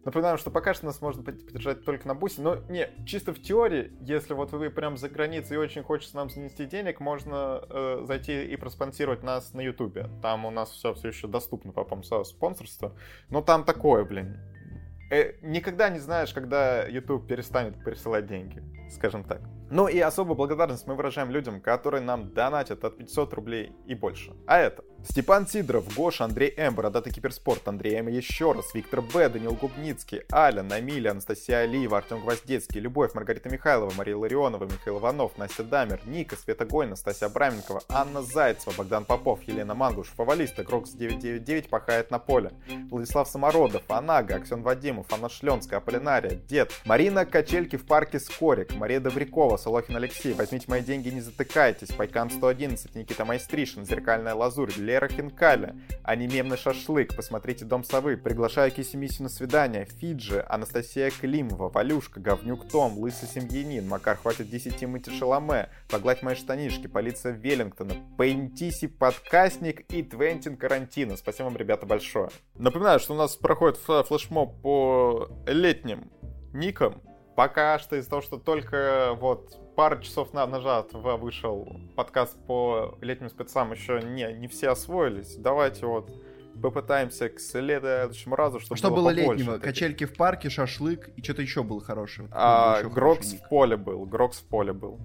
Напоминаем, что пока что нас можно поддержать только на Бусе, но не, чисто в теории, если вот вы прям за границей и очень хочется нам занести денег, можно зайти и проспонсировать нас на Ютубе. Там у нас все еще доступно по спонсорству, но там такое, блин. Никогда не знаешь, когда YouTube перестанет присылать деньги, скажем так. Ну и особую благодарность мы выражаем людям, которые нам донатят от 500 рублей и больше. А это Степан Сидоров, Гоша, Андрей М, Бородатый Киберспорт, Андрей М еще раз, Виктор Б, Данил Губницкий, Аля, Намиля, Анастасия Алиева, Артем Гвоздецкий, Любовь, Маргарита Михайлова, Мария Ларионова, Михаил Иванов, Настя Дамер, Ника, Света Гойна, Настасья Абраменкова, Анна Зайцева, Богдан Попов, Елена Мангуш, Фавалист, Грокс 999 пахает на поле, Владислав Самородов, Анага, Аксен Вадимов, Анна Шленская, Аполлинария, Дед, Марина Качельки в парке Скорик, Мария Добрякова, Солохин Алексей, Возьмите мои деньги, не затыкайтесь, Пайкан 111, Никита Майстришин, Зеркальная лазурь, Лера Хинкаля, Анимемный шашлык, Посмотрите Дом совы, Приглашаю Киси-Миси на свидание, Фиджи, Анастасия Климова, Валюшка, Говнюк Том, Лысый семьянин, Макар хватит 10 мыть Шаломе, Погладь мои штанишки, Полиция Веллингтона, Пейнтиси Подкастник и Твентин Карантина. Спасибо вам, ребята, большое. Напоминаю, что у нас проходит флешмоб по летним никам. Пока что из-за того, что только вот пару часов назад вышел подкаст по летним спецам, еще не все освоились. Давайте вот попытаемся к следующему разу, чтобы что было побольше летнего? таких. Качельки в парке, шашлык и что-то еще было хорошее. Грокс в поле был. Грокс в поле был.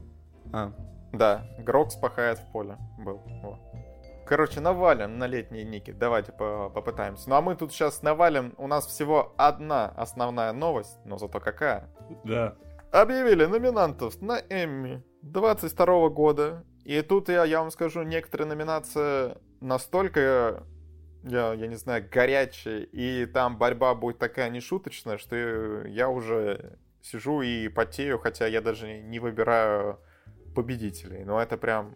Да, Грокс пахает в поле был. Вот. Короче, навалим на летние ники. Давайте попытаемся. Ну а мы тут сейчас навалим. У нас всего одна основная новость, но зато какая. Да. Объявили номинантов на Эмми 22 года. И тут я вам скажу, некоторые номинации настолько, я не знаю, горячие, и там борьба будет такая нешуточная, что я уже сижу и потею, хотя я даже не выбираю победителей. Но это прям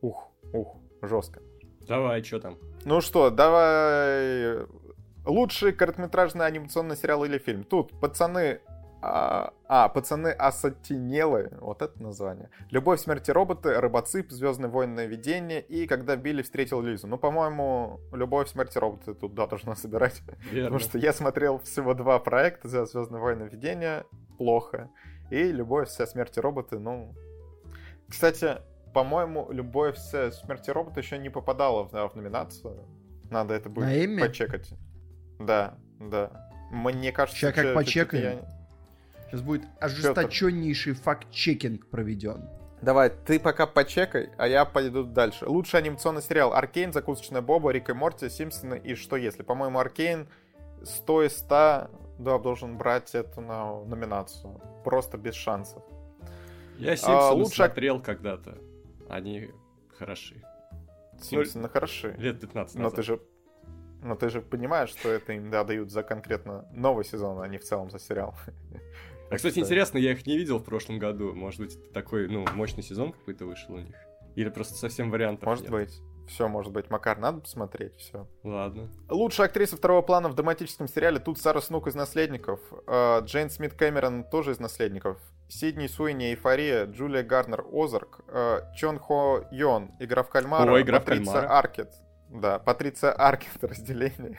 жестко. Давай, что там? Ну что, давай... Лучший короткометражный анимационный сериал или фильм. Тут пацаны... пацаны осатинелы. Вот это название. Любовь, смерть и роботы, Робоцып, Звездные войны, видение и Когда Билли встретил Лизу. Ну, по-моему, Любовь, смерть и роботы тут должна собирать. Верно. Потому что я смотрел всего 2 проекта. Звездные войны, видение плохо. И Любовь, вся смерть и роботы, ну... Кстати, по-моему, Любовь, вся смерть и роботы еще не попадала в номинацию. Надо это будет почекать. Да. Мне кажется, сейчас как почекаем. Сейчас будет ожесточеннейший факт-чекинг проведен. Давай, ты пока почекай, а я пойду дальше. Лучший анимационный сериал: Аркейн, Закусочная Боба, Рик и Морти, Симпсоны и Что если. По-моему, Аркейн 100 из 100 должен брать эту номинацию. Просто без шансов. Я Симпсоны смотрел когда-то. Они хороши. Симпсоны хороши. Лет 15 назад. Но ты же понимаешь, что это им дают за конкретно новый сезон, а не в целом за сериал. А, кстати, интересно, я их не видел в прошлом году. Может быть, это такой, мощный сезон какой-то вышел у них? Или просто совсем вариантов Может нет? быть. Все может быть. Макар, надо посмотреть, все. Ладно. Лучшая актриса второго плана в драматическом сериале. Тут Сара Снук из «Наследников», Джейн Смит Кэмерон тоже из «Наследников», Сидни Суини «Эйфория», Джулия Гарнер «Озарк», Чон Хо Йон «Игра в кальмара», Патриция Аркет. Да, Патриция Аркет «Разделение»,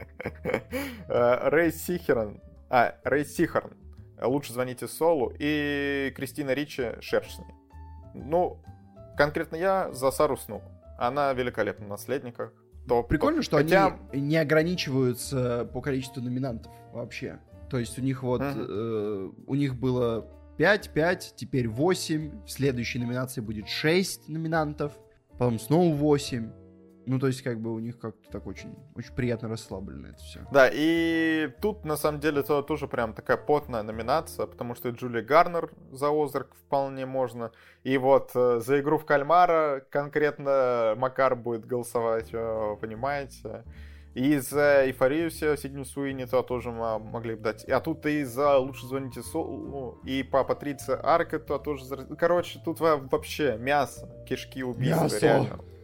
Рэй Сихорн «Лучше звоните Солу» и Кристина Ричи «Шершни». Ну, конкретно я за Сару Снук. Она великолепна в «Наследниках». Прикольно, что они не ограничиваются по количеству номинантов вообще. То есть у них у них было 5, теперь 8, в следующей номинации будет 6 номинантов, потом снова 8. Ну, то есть, как бы у них как-то так очень приятно расслаблено это все. Да, и тут, на самом деле, это тоже прям такая потная номинация, потому что Джулия Гарнер за «Озарк» вполне можно. И вот за «Игру в кальмара» конкретно Макар будет голосовать, понимаете. И за «Эйфорию» Сидни Суини тоже могли бы дать. А тут и за «Лучше звоните Солу», и по Патриции Аркет тоже. Короче, тут вообще мясо, кишки, убийства, реально.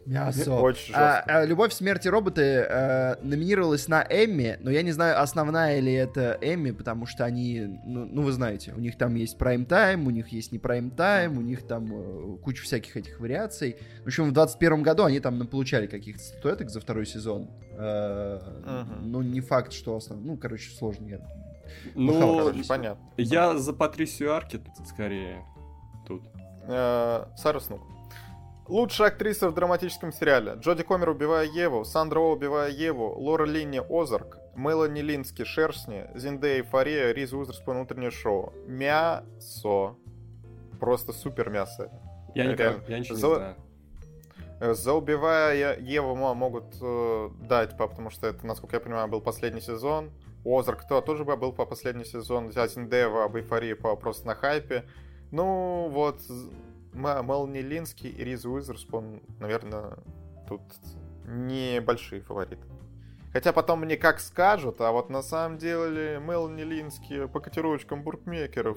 Мясо. Очень жестко. «Любовь, смерть и роботы» номинировалась на Эмми, но я не знаю, основная ли это Эмми, потому что они, ну вы знаете, у них там есть прайм-тайм, у них есть не прайм-тайм, у них там куча всяких этих вариаций. В общем, в 2021 году они там получали каких-то статуэток за второй сезон. Ну, не факт, что основной. Ну, короче, сложно. Ну, понятно. Я за Патрисию Аркет скорее тут. Сара Снук. Лучшая актриса в драматическом сериале: Джоди Комер, убивая Еву, Сандра О, убивая Еву, Лора Линни, Озарк, Мелани Лински, Шершни, Зиндея, Эйфория, Риз Уизерспун, Утреннее шоу. Мясо. Просто супер мясо. Я ничего не знаю. За убивая Еву могут дать, потому что это, насколько я понимаю, был последний сезон. Озарк тоже был по последний сезон. Зиндея об Эйфории просто на хайпе. Ну вот, Мелани Лински и Риз Уизерспун, наверное, тут небольшие фавориты. Хотя потом мне как скажут, а вот на самом деле Мелани Лински по котировочкам букмекеров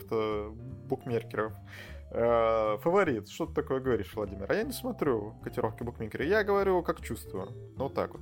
фаворит. Что ты такое говоришь, Владимир? А я не смотрю котировки букмекера, я говорю как чувствую. Ну вот так вот.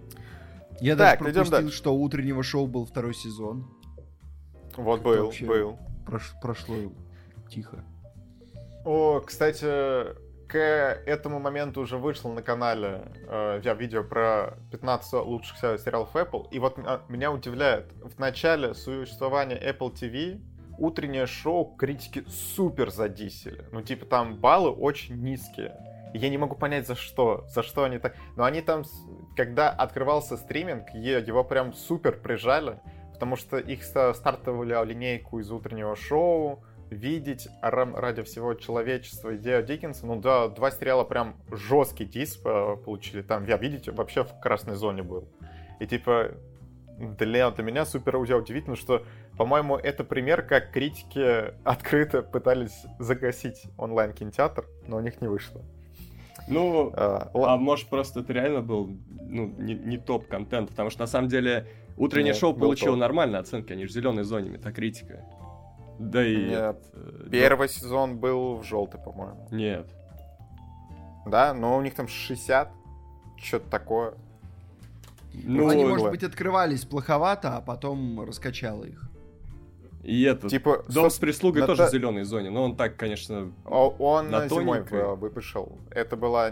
Я даже пропустил, что у утреннего шоу был второй сезон. Вот был. Прошло тихо. О, кстати, к этому моменту уже вышло на канале видео про 15 лучших сериалов Apple. И вот меня удивляет, в начале существования Apple TV утреннее шоу критики супер задисели. Ну, типа, там баллы очень низкие. И я не могу понять, за что они так... Но они там, когда открывался стриминг, его прям супер прижали, потому что их стартовали линейку из утреннего шоу, видеть ради всего человечества и Део Диккенса. Ну да, 2 сериала прям жесткий дис получили. Там, видите, вообще в красной зоне был. И типа, для меня супер удивительно, что, по-моему, это пример, как критики открыто пытались загасить онлайн-кинотеатр, но у них не вышло. Ну, может, просто это реально был не топ-контент, потому что, на самом деле, утреннее шоу получило нормальные оценки, они же в зеленой зоне, метакритика. Да и... Нет, первый сезон был в желтой, по-моему. Нет. Да, но у них там 60, что-то такое. Ну, они, может быть, открывались плоховато, а потом раскачало их. И этот, типа, Дом с прислугой тоже в зеленой зоне, но он так, конечно, он на зимой вышел. Это была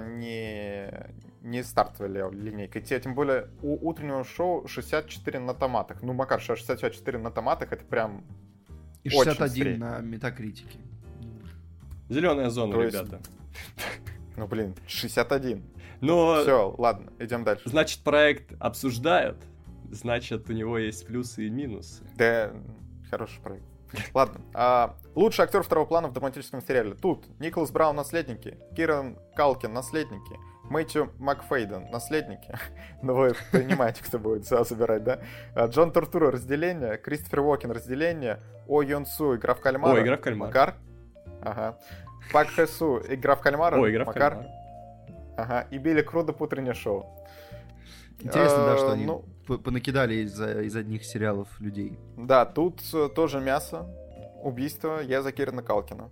не стартовая линейка. Тем более у утреннего шоу 64 на томатах. Ну, Макар, 64 на томатах, это прям и 61 на метакритике. Зеленая зона, ребята. Ну, блин, 61. Но... Все, ладно, идем дальше. Значит, проект обсуждают, значит, у него есть плюсы и минусы. Да, хороший проект. Ладно. Лучший актер второго плана в драматическом сериале. Тут Николас Браун — наследники, Киран Калкин — наследники, Мэтью Макфейден — наследники. Ну, вы понимаете, кто будет забирать, да? Джон Туртура — разделение, Кристофер Уокен — разделение, О Йон Су — игра в кальмара. О, игра в кальмара. Макар. Ага. Пак Хэ Су — игра в кальмара. О, игра в кальмара. Ага. И Билли Крудоп — утреннее шоу. Интересно, да, что они понакидали из одних сериалов людей. Да, тут тоже мясо, убийство. Я за Кирана Калкина.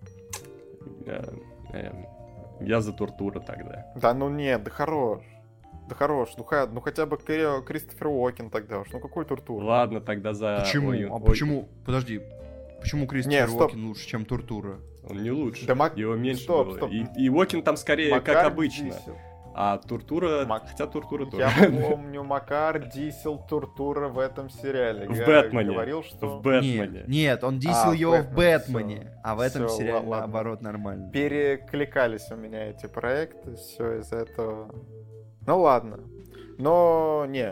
Я за Туртура тогда. Да ну нет, да хорош. Ну хотя бы Кристофер Уокен тогда уж. Ну какой Туртура? Ладно, тогда за... Почему? Почему? Подожди. Почему Кристофер Уокен лучше, чем Туртура? Он не лучше. Да, его меньше было. И Уокен там скорее Макар как обычно. Дисел. А Туртура... Хотя Туртура тоже. Я помню, Макар дисел Туртура в этом сериале. В Бэтмене. Говорил, что... В Бэтмене. Нет, он дисел его в Бэтмене. А в этом сериале, наоборот, нормально. Перекликались у меня эти проекты. Все из-за этого... Ну ладно. Но не.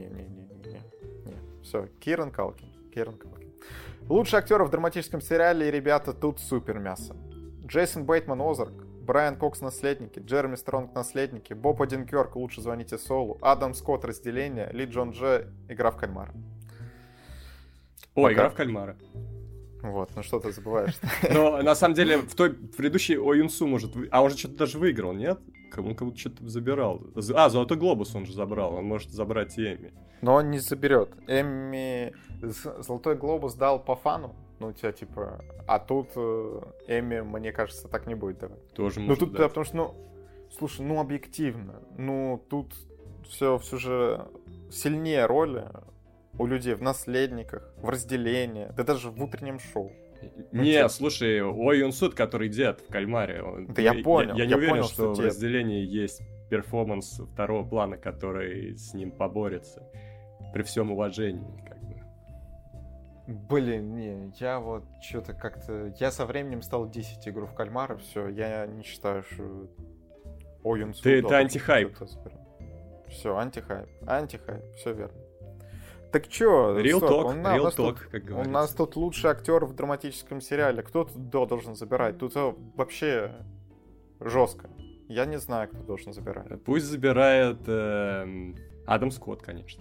Все, Киран Калкин. Лучший актер в драматическом сериале, и, ребята, тут супер мясо. Джейсон Бейтман — Озарк, Брайан Кокс — наследники, Джереми Стронг — наследники, Боб Оденкёрк — лучше звоните Солу, Адам Скотт — разделение, Ли Джон Дже — игра в кальмара. Игра в кальмара. Вот, ну что ты забываешь? Но на самом деле в предыдущей О Юн Су может... А он же что-то даже выиграл, нет? Он как будто что-то забирал. Золотой глобус он же забрал, он может забрать и Эмми. Но он не заберет. Эмми... Золотой глобус дал по фану. Ну, у тебя типа... А тут Эмми, мне кажется, так не будет давать. Тоже может тут, да, потому что, Слушай, ну объективно, ну тут все же сильнее роли у людей в «Наследниках», в «Разделении», да даже в «Утреннем шоу». Не, слушай, Ой Юн Суд, который дед в «Кальмаре». Да я понял. Я не уверен, понял, что в дед. «Разделении» есть перформанс второго плана, который с ним поборется. При всем уважении, как бы. Блин, не, я вот что-то как-то... Я со временем стал 10 игру в «Кальмара», все, я не считаю, что... Ой Юн Суд... Ты антихайп. Все, антихайп, все верно. Так чё, Real Сок, talk, как у говорится. нас тут лучший актер в драматическом сериале. Кто тут должен забирать? Тут вообще жестко. Я не знаю, кто должен забирать. Пусть забирает Адам Скотт, конечно.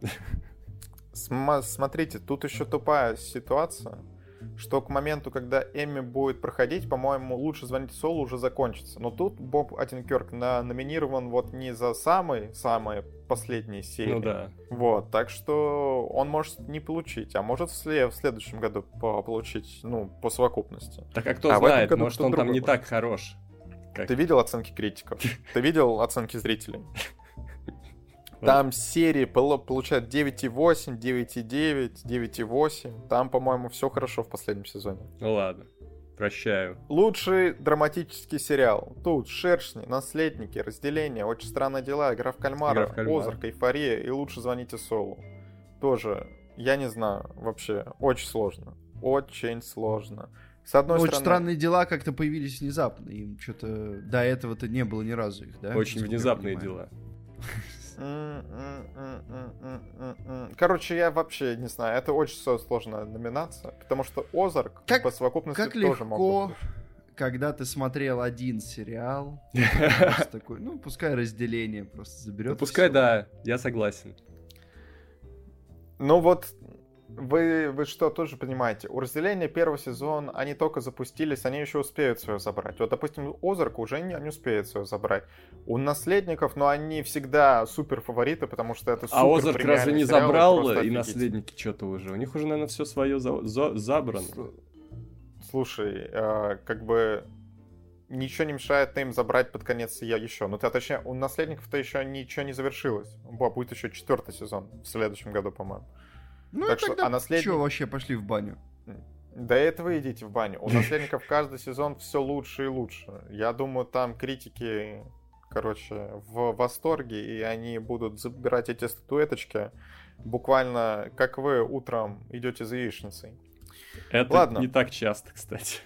Смотрите, тут еще тупая ситуация, что к моменту, когда Эмми будет проходить, по-моему, «Лучше звонить Солу» уже закончится. Но тут Боб Оттенкерк номинирован вот не за самые последние серии. Ну да. Вот, так что он может не получить, а может в следующем году получить, ну, по совокупности. Так а кто знает, может он там не будет. так хорош. Как... Ты видел оценки критиков? Ты видел оценки зрителей? Там серии получают 9,8, 9,9, 9,8. Там, по-моему, все хорошо в последнем сезоне. Ну ладно, прощаю. Лучший драматический сериал. Тут «Шершни», «Наследники», «Разделение», «Очень странные дела», «Игра в кальмара», «Озарк», «Эйфория» и «Лучше звоните Солу». Тоже, я не знаю, вообще, очень сложно. Очень сложно. С одной стороны... Очень странные дела как-то появились внезапно. Им что-то до этого-то не было ни разу их, да? Очень внезапные дела. Короче, я вообще не знаю, это очень сложная номинация, потому что «Озарк» по совокупности как тоже легко, могут быть. Когда ты смотрел один сериал, такой, ну, пускай «Разделение» просто заберет. Пускай, да, я согласен. Ну вот, вы что, тоже понимаете, у «Разделения» первый сезон, они только запустились, они еще успеют свое забрать. Вот, допустим, «Озарк» уже не успеет свое забрать. У «Наследников», ну, они всегда супер фавориты, потому что это супер А «Озарк» разве не сериал, забрал и офигеть. «Наследники» что-то уже? У них уже, наверное, все свое забрано. Слушай, как бы ничего не мешает им забрать под конец еще. Ну, точнее, у «Наследников»-то еще ничего не завершилось. Будет еще 4-й сезон в следующем году, по-моему. Ну, так тогда что, вообще пошли в баню? До этого идите в баню. У «Наследников» каждый сезон все лучше и лучше. Я думаю, там критики, короче, в восторге, и они будут забирать эти статуэточки буквально, как вы утром идете за яичницей. Это Ладно. Не так часто, кстати.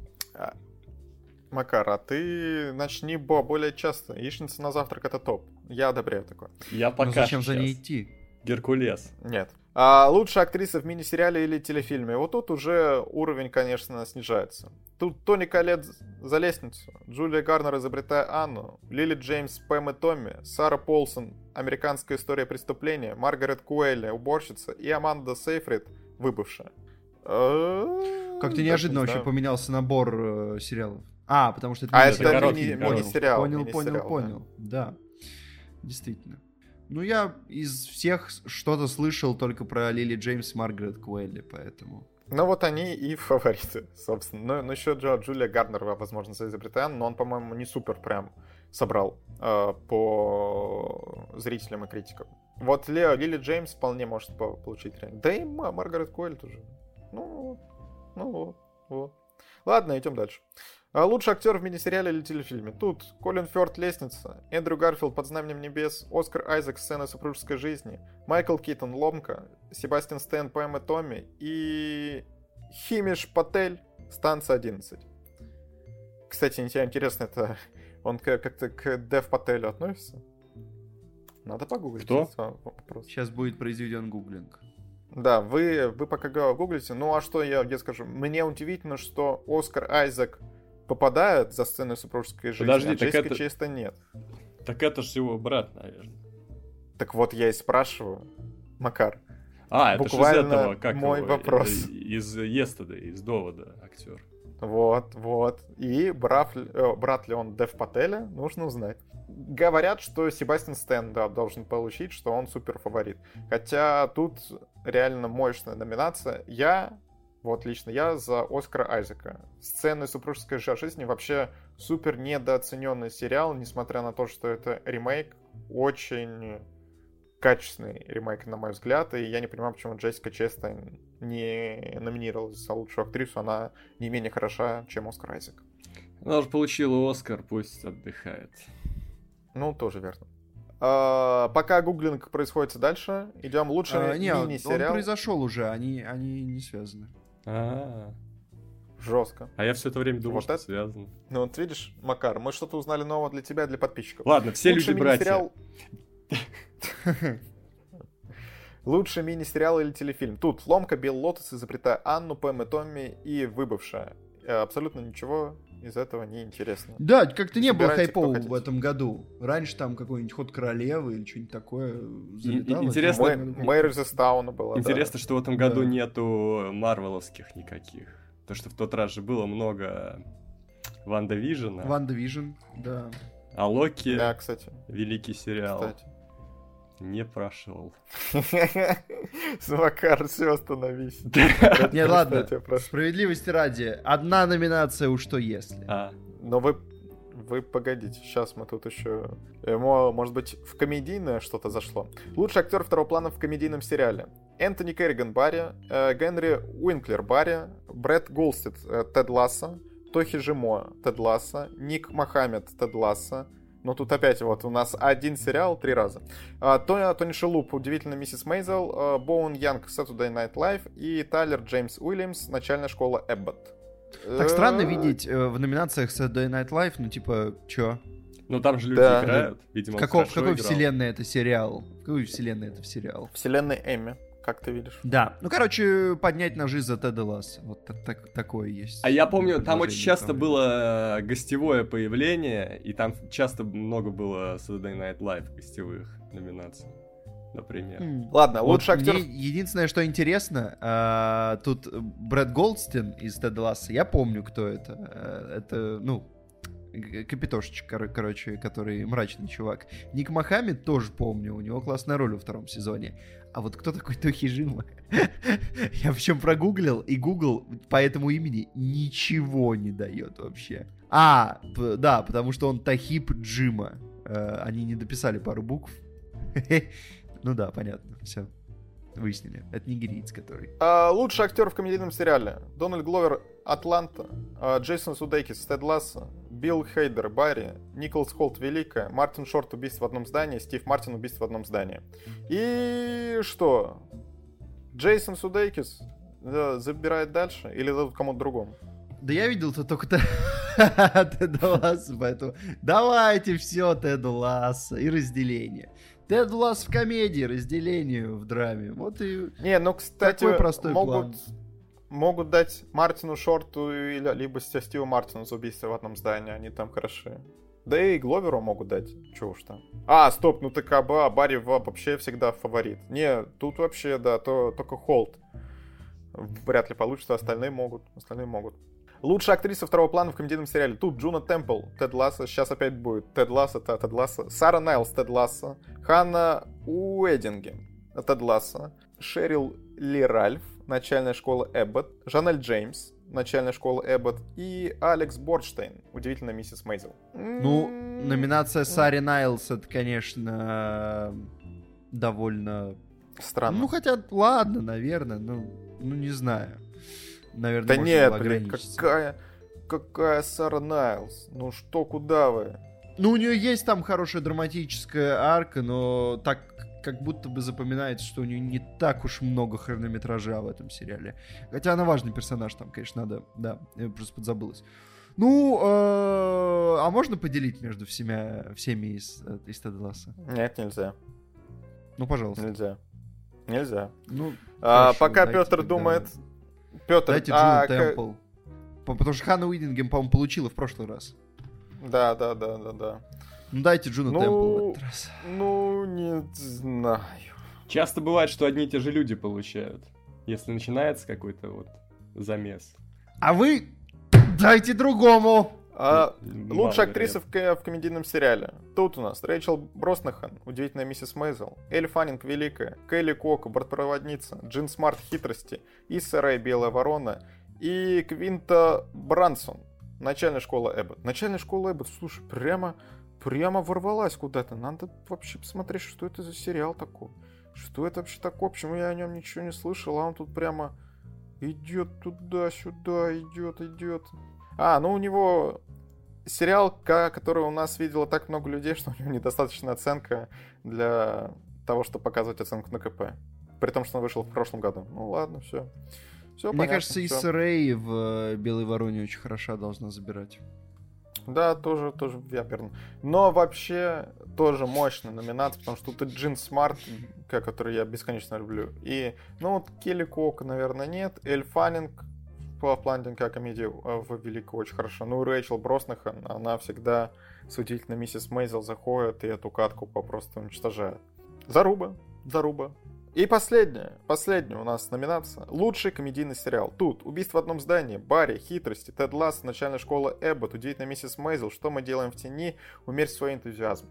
Макар, а ты начни более часто. Яичница на завтрак — это топ. Я одобряю такое. Я пока Но зачем сейчас. за ней идти? Геркулес. Нет. А лучшая актриса в мини-сериале или телефильме? Вот тут уже уровень, конечно, снижается. Тут Тони Коллетт за лестницу, Джулия Гарнер, изобретая Анну, Лили Джеймс, Пэм и Томми, Сара Полсон, Американская история преступления, Маргарет Куэлли, уборщица, и Аманда Сейфрид, выбывшая. Как-то неожиданно вообще поменялся набор сериалов. Потому что это мини-сериал. Понял. Да, действительно. Ну, я из всех что-то слышал только про Лили Джеймс и Маргарет Куэлли, поэтому... Ну, вот они и фавориты, собственно. Ну, еще Джулия Гарнер, возможно, за изобретая, но он, по-моему, не супер прям собрал по зрителям и критикам. Вот Лили Джеймс вполне может получить реально. Да и Маргарет Куэлли тоже. Ну вот. Ладно, идем дальше. Лучший актер в мини-сериале или телефильме. Тут Колин Фёрд «Лестница», Эндрю Гарфилд «Под знаменем небес», Оскар Айзек «Сцена супружеской жизни», Майкл Китон «Ломка», Себастьян Стэн «Пэм и Томми» и Химиш Патель «Станция 11». Кстати, интересно, это он как-то к Дев Пателю относится? Надо погуглить. Кто? Сейчас будет произведен гуглинг. Да, вы пока гуглите. Ну а что я скажу? Мне удивительно, что Оскар Айзек попадает за сцену супружеской жизни, Подожди, а Джессика Честейн нет. Так это же его брат, наверное. Так вот я и спрашиваю, Макар. Это буквально же из этого, как мой его, вопрос. Из Yesterday, из Довода актер. Вот. И брат ли он Дев Пателя, нужно узнать. Говорят, что Себастьян Стэн, должен получить, что он супер фаворит. Хотя тут реально мощная номинация. Я Вот лично я за Оскара Айзека. «Сцены супружеской жизни» вообще супер недооцененный сериал, несмотря на то, что это ремейк. Очень качественный ремейк, на мой взгляд. И я не понимаю, почему Джессика Честейн не номинировалась за лучшую актрису. Она не менее хороша, чем Оскар Айзек. Она уже получила Оскар, пусть отдыхает. Ну, тоже верно. Пока гуглинг происходит дальше, идем лучше мини-сериал. Он произошел уже, они не связаны. Жестко. А я все это время думал, Вот что это- связано. Ну вот видишь, Макар, мы что-то узнали нового для тебя и для подписчиков. Ладно, все Лучший люди братья. мини-сериал- Лучший мини-сериал или телефильм. Тут «Ломка», «Белый лотос», «Изобретая Анну», «Пэм и Томми» и «Выбывшая». Абсолютно ничего из этого не интересно. Да, как-то не было Собирайте, кто хайпового хотите. в этом году. Раньше там какой-нибудь «Ход королевы» или что-нибудь такое залетало. интересно- Мэйр из Эстауна была. Интересно, что в этом году Да. нету марвеловских никаких. То, что в тот раз же было много Ванда Вижена, Ванда Вижн, да. а Локи, Да, кстати. великий сериал, Кстати. не прошел. Макар, все, остановись. Не, ладно, Кстати, прошу. справедливости ради, одна номинация уж что если. Но вы погодите, сейчас мы тут еще... Может быть, в комедийное что-то зашло. Лучший актер второго плана в комедийном сериале. Энтони Керриган Барри, Генри Уинклер Барри, Брэд Голстед Тед Лассо, Тохи Жимо Тед Лассо, Ник Мохаммед Тед Лассо. Ну тут опять вот у нас один сериал 3 раза. Тони Шелуп «Удивительная миссис Мейзел», Боун Янг «Saturday Night Live» и Тайлер Джеймс Уильямс «Начальная школа Эбботт». Так странно видеть в номинациях Saturday Night Live, ну типа, чё? Ну там же люди Да. играют, видимо, В он какой хорошо играл. вселенной это сериал? В какой вселенной это сериал? Вселенной Эмми, как ты видишь. Да, ну короче, поднять ножи за Теда Ласса. Вот такое есть. А я помню, там предложение очень часто там. было гостевое появление, и там часто много было Saturday Night Live гостевых номинаций, например. Ладно, Вот лучший актер... мне единственное, что интересно, тут Брэд Голдстин из Теда Ласса, я помню, кто это. Это, ну, Капитошечек, короче, который мрачный чувак. Ник Мохаммед тоже помню, у него классная роль во 2 сезоне. А вот кто такой Тохи Жимо? Я причем прогуглил, и Google по этому имени ничего не дает вообще. Да, потому что он Тахип Джима. Они не дописали пару букв. Ну да, понятно, все. Выяснили. Это нигериец, который. Лучший актер в комедийном сериале. Дональд Гловер «Атланта», Джейсон Судейкис «Тед Лассо», Билл Хейдер «Барри», Николас Холт «Великая», Мартин Шорт «Убийство в одном здании», Стив Мартин «Убийство в одном здании». И что? Джейсон Судейкис забирает дальше или дадут кому-то другому? Да я видел-то только Теда Ласса, поэтому давайте все Теду Ласса и разделение. Тед Ласс в комедии, разделению в драме. Вот и... Не, ну, кстати, Такой простой план. могут дать Мартину Шорту либо Стиву Мартину за «Убийство в одном здании», они там хороши. Да и Гловеру могут дать, чё уж там. Стоп, ну так Барри вообще всегда фаворит. Не, тут вообще, да, только Холт. Вряд ли получится, остальные могут. Лучшая актриса второго плана в комедийном сериале. Тут Джуна Темпл, Тед Лассо. Сейчас опять будет Тед Лассо, Тед Лассо. Сара Найлс, Тед Лассо. Ханна Уэддингем, Тед Лассо. Шерил Ли Ральф, начальная школа Эбботт. Жанель Джеймс, начальная школа Эбботт. И Алекс Бордштейн, удивительная миссис Мейзел. Ну, номинация Сари Найлс, это, конечно, довольно... Странно. Ну, хотя, ладно, наверное, ну не знаю. Наверное, Да можно нет, было блин, ограничиться. какая Сара Найлс? Ну что, куда вы? Ну, у нее есть там хорошая драматическая арка, но так как будто бы запоминается, что у нее не так уж много хронометража в этом сериале. Хотя она важный персонаж, там, конечно, надо... Да, я просто подзабылась. Ну, а можно поделить между всеми из Теда Ласса? Нет, нельзя. Ну, пожалуйста. Нельзя. Ну, хорошо, пока дайте Петр тогда. думает... Петр, Дайте Джуну Темпл. Потому что Ханна Уидингем, по-моему, получила в прошлый раз. Да. Ну, дайте Джуну Темпл в этот раз. Ну, не знаю. Часто бывает, что одни и те же люди получают, если начинается какой-то вот замес. А вы дайте другому! Лучшая актриса в комедийном сериале. Тут у нас Рэйчел Броснахан, удивительная миссис Мейзел, Элли Фаннинг, великая, Келли Куоко, бортпроводница, Джин Смарт, хитрости, Исса Рэй, белая ворона и Квинта Брансон, начальная школа Эббот. Начальная школа Эббот, слушай, прямо ворвалась куда-то. Надо вообще посмотреть, что это за сериал такой. Что это вообще такое? Почему я о нем ничего не слышал, а он тут прямо идет туда-сюда, идет. У него сериал, который у нас видело так много людей, что у него недостаточная оценка для того, чтобы показывать оценку на КП. При том, что он вышел в прошлом году. Ну ладно, все. Мне кажется, Исса Рэй в «Белой вороне» очень хороша должна забирать. Да, тоже верно. Но вообще тоже мощная номинация, потому что тут и Джин Смарт, который я бесконечно люблю. И, Келли Куоко, наверное, нет. Эль Фаннинг по плане комедии в «Великой» очень хорошо. И Рэйчел Броснахан, она всегда с удивительной миссис Мейзел заходит и эту катку попросту уничтожает. Заруба. И последняя у нас номинация. Лучший комедийный сериал. Тут «Убийство в одном здании», «Барри», «Хитрости», «Тед Лассо», «Начальная школа Эббот», «Удивительная миссис Мейзел», «Что мы делаем в тени», «Умерь свой энтузиазм».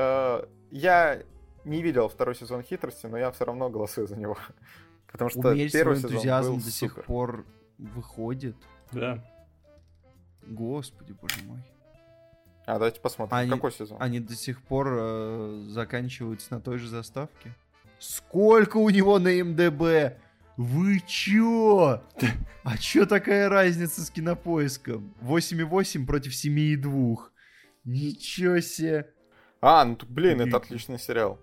Я не видел второй сезон «Хитрости», но я все равно голосую за него. Потому что первый сезон энтузиазм был до сих пор выходит. Да. Господи, боже мой. Давайте посмотрим, какой сезон. Они до сих пор заканчиваются на той же заставке. Сколько у него на МДБ? Вы чё? А чё такая разница с Кинопоиском? 8,8 против 7,2. Ничего себе. Это отличный сериал.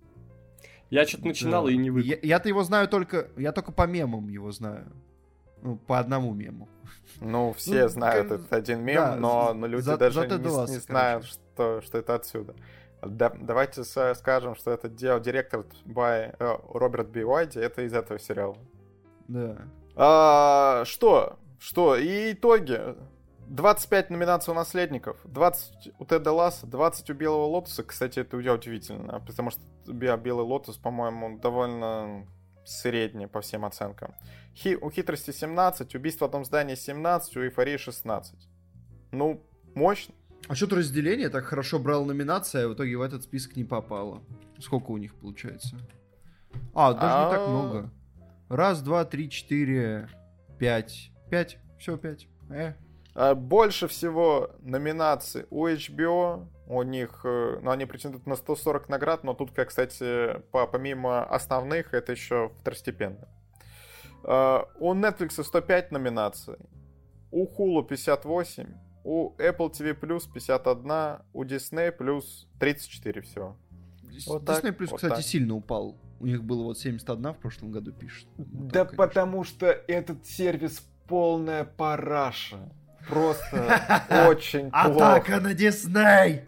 Я что-то начинал и не выпил. Я-то его знаю я только по мемам его знаю. По одному мему. Все знают этот один мем, да, но люди даже не знают, что это отсюда. Давайте скажем, что это директор Роберт Б. Уайди, это из этого сериала. Да. Что? И итоги. 25 номинаций у «Наследников», 20 у Теда Лассо, 20 у «Белого лотоса». Кстати, это удивительно, потому что «Белый лотос», по-моему, довольно средний по всем оценкам. У «Хитрости» 17, «Убийство в одном здании» 17, у «Эйфории» 16. Мощно. А что-то разделение так хорошо брало номинации, а в итоге в этот список не попало. Сколько у них получается? Даже не так много. 1, 2, 3, 4, 5. 5. Все, 5. Больше всего номинаций у HBO. У них, они претендуют на 140 наград, но тут, кстати, помимо основных, это еще второстепенно. У Netflix 105 номинаций, у Hulu 58, у Apple TV Plus 51, у Disney Plus 34 всего. Disney Plus, кстати, сильно упал. У них было 71 в прошлом году, пишет. Да потому что этот сервис полная параша. Просто очень плохо. Атака на Disney!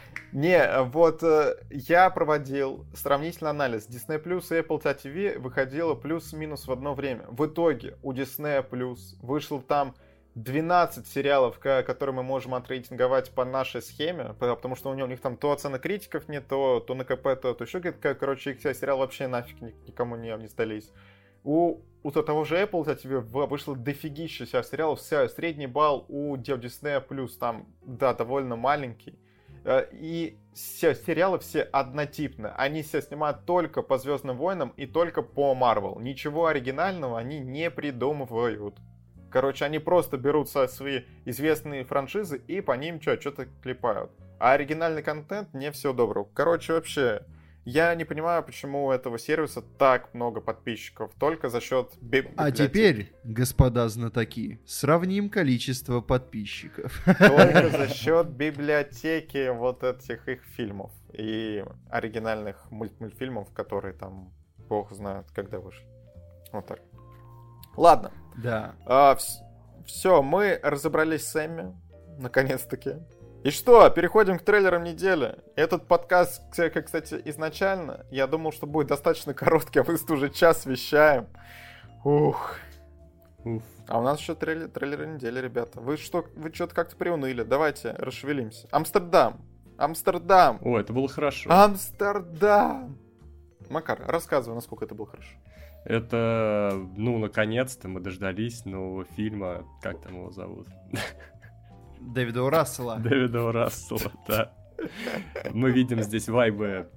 Я проводил сравнительный анализ. Disney Plus и Apple TV выходило плюс-минус в одно время. В итоге у Disney Plus вышло там 12 сериалов, которые мы можем отрейтинговать по нашей схеме, потому что у них там то оценок критиков нет, то на КП, то еще где-то. Короче, их сериалы вообще нафиг никому не сдались. У того же Apple TV вышло дофигища сериалов. Средний балл у Disney Plus там, довольно маленький. И сериалы все однотипны. Они все снимают только по «Звездным войнам» и только по Marvel. Ничего оригинального они не придумывают. Короче, они просто берут свои известные франшизы и по ним что-то клепают. А оригинальный контент не все доброго. Короче, вообще, я не понимаю, почему у этого сервиса так много подписчиков. Только за счет библиотеки. А теперь, господа знатоки, сравним количество подписчиков. Только за счет библиотеки этих их фильмов. И оригинальных мультфильмов, которые там, бог знает, когда вышли. Вот так. Ладно. Да. Все, мы разобрались с Эмми. Наконец-таки. И что, переходим к трейлерам недели. Этот подкаст, кстати, изначально, я думал, что будет достаточно короткий, а мы уже час вещаем. Уф. А у нас еще трейлеры недели, ребята. Вы что-то как-то приуныли. Давайте расшевелимся. Амстердам. О, это было хорошо. Амстердам. Макар, рассказывай, насколько это было хорошо. Это, наконец-то мы дождались нового фильма. Как там его зовут? Дэвида Рассела. Дэвида Рассела, да. Мы видим здесь вайбы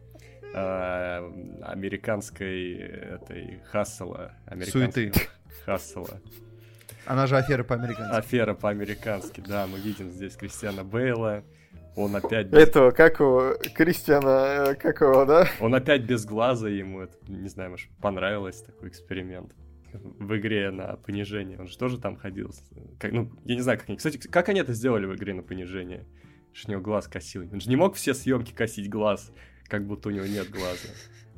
американской этой хассела. Суеты. Хассела. Она же афера по-американски. Афера по-американски, да. Мы видим здесь Кристиана Бейла. Он опять... Этого, как его, Кристиана, как его, да? Он опять без глаза, ему это, не знаю, может, понравилось такой эксперимент в игре на понижение. Он же тоже там ходил. Ну, я не знаю, как они... Кстати, как они это сделали в игре на понижение? Что у него глаз косил. Он же не мог все съемки косить глаз, как будто у него нет глаза.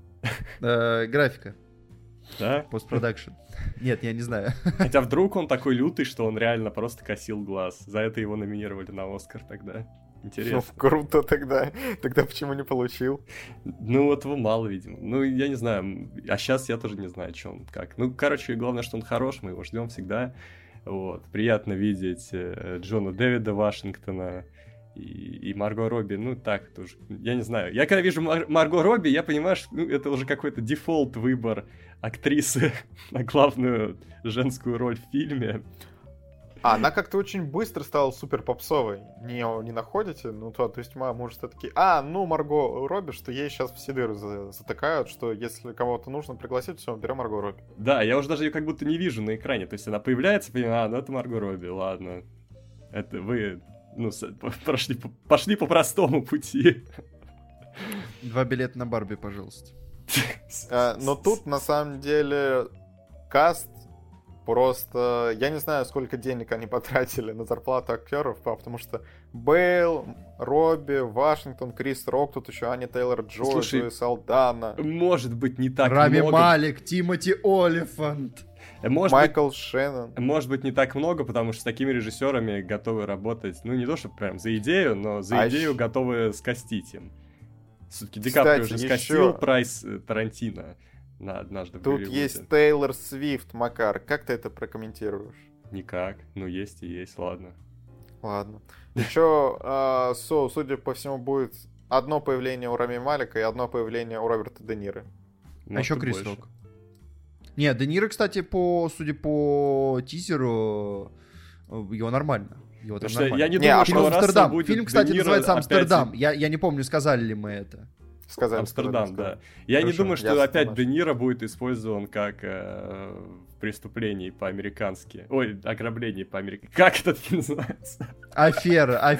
Графика. Да? Постпродакшн. Нет, я не знаю. Хотя вдруг он такой лютый, что он реально просто косил глаз. За это его номинировали на Оскар тогда. Интересно. Ну, круто тогда. Тогда почему не получил? Ну, вот его мало, видимо. Ну, я не знаю. А сейчас я тоже не знаю, что он как. Ну, короче, главное, что он хорош, мы его ждем всегда. Вот. Приятно видеть Джона Дэвида Вашингтона и Марго Робби. Ну, так тоже. Я не знаю. Я когда вижу Марго Робби, я понимаю, что это уже какой-то дефолт выбор актрисы на главную женскую роль в фильме. А она как-то очень быстро стала супер попсовой. Не находите? Ну, то есть моя мужество такие, ну, Марго Робби, что ей сейчас все дыры затыкают, что если кого-то нужно пригласить, все, берем Марго Робби. Да, я уже даже ее как будто не вижу на экране. То есть она появляется, понимаю, ну, это Марго Робби, ладно. Это вы, ну, пошли по простому пути. 2 билета на Барби, пожалуйста. Но тут, на самом деле, каст просто... Я не знаю, сколько денег они потратили на зарплату актеров, потому что Бейл, Робби, Вашингтон, Крис Рок, тут еще Аня Тейлор-Джой, Зои Салдана. Может быть, не так Рами много. Малик, Тимоти Олифант. Майкл Шеннон. Может быть, не так много, потому что с такими режиссерами готовы работать, ну, не то, что прям за идею, но за идею готовы скостить им. Все-таки Ди Каприо уже скостил прайс Тарантино на «Однажды в Голливуде». Тут есть Тейлор Свифт, Макар. Как ты это прокомментируешь? Никак. Ну, есть и есть, ладно. Ладно. Еще, судя по всему, будет одно появление у Рами Малика и одно появление у Роберта Де Ниро. А еще Крис Рок. Не, Де Ниро, кстати, судя по тизеру, его нормально. Его там нормально. Я не думаю, что Амстердам. будет Фильм, кстати, Де Ниро называется «Амстердам». опять... Я не помню, сказали ли мы это. Сказали. Амстердам, да. Я не думаю, что опять Де Ниро будет использован как в преступлении по-американски. Ой, ограблении по-американски. Как это называется? Афера.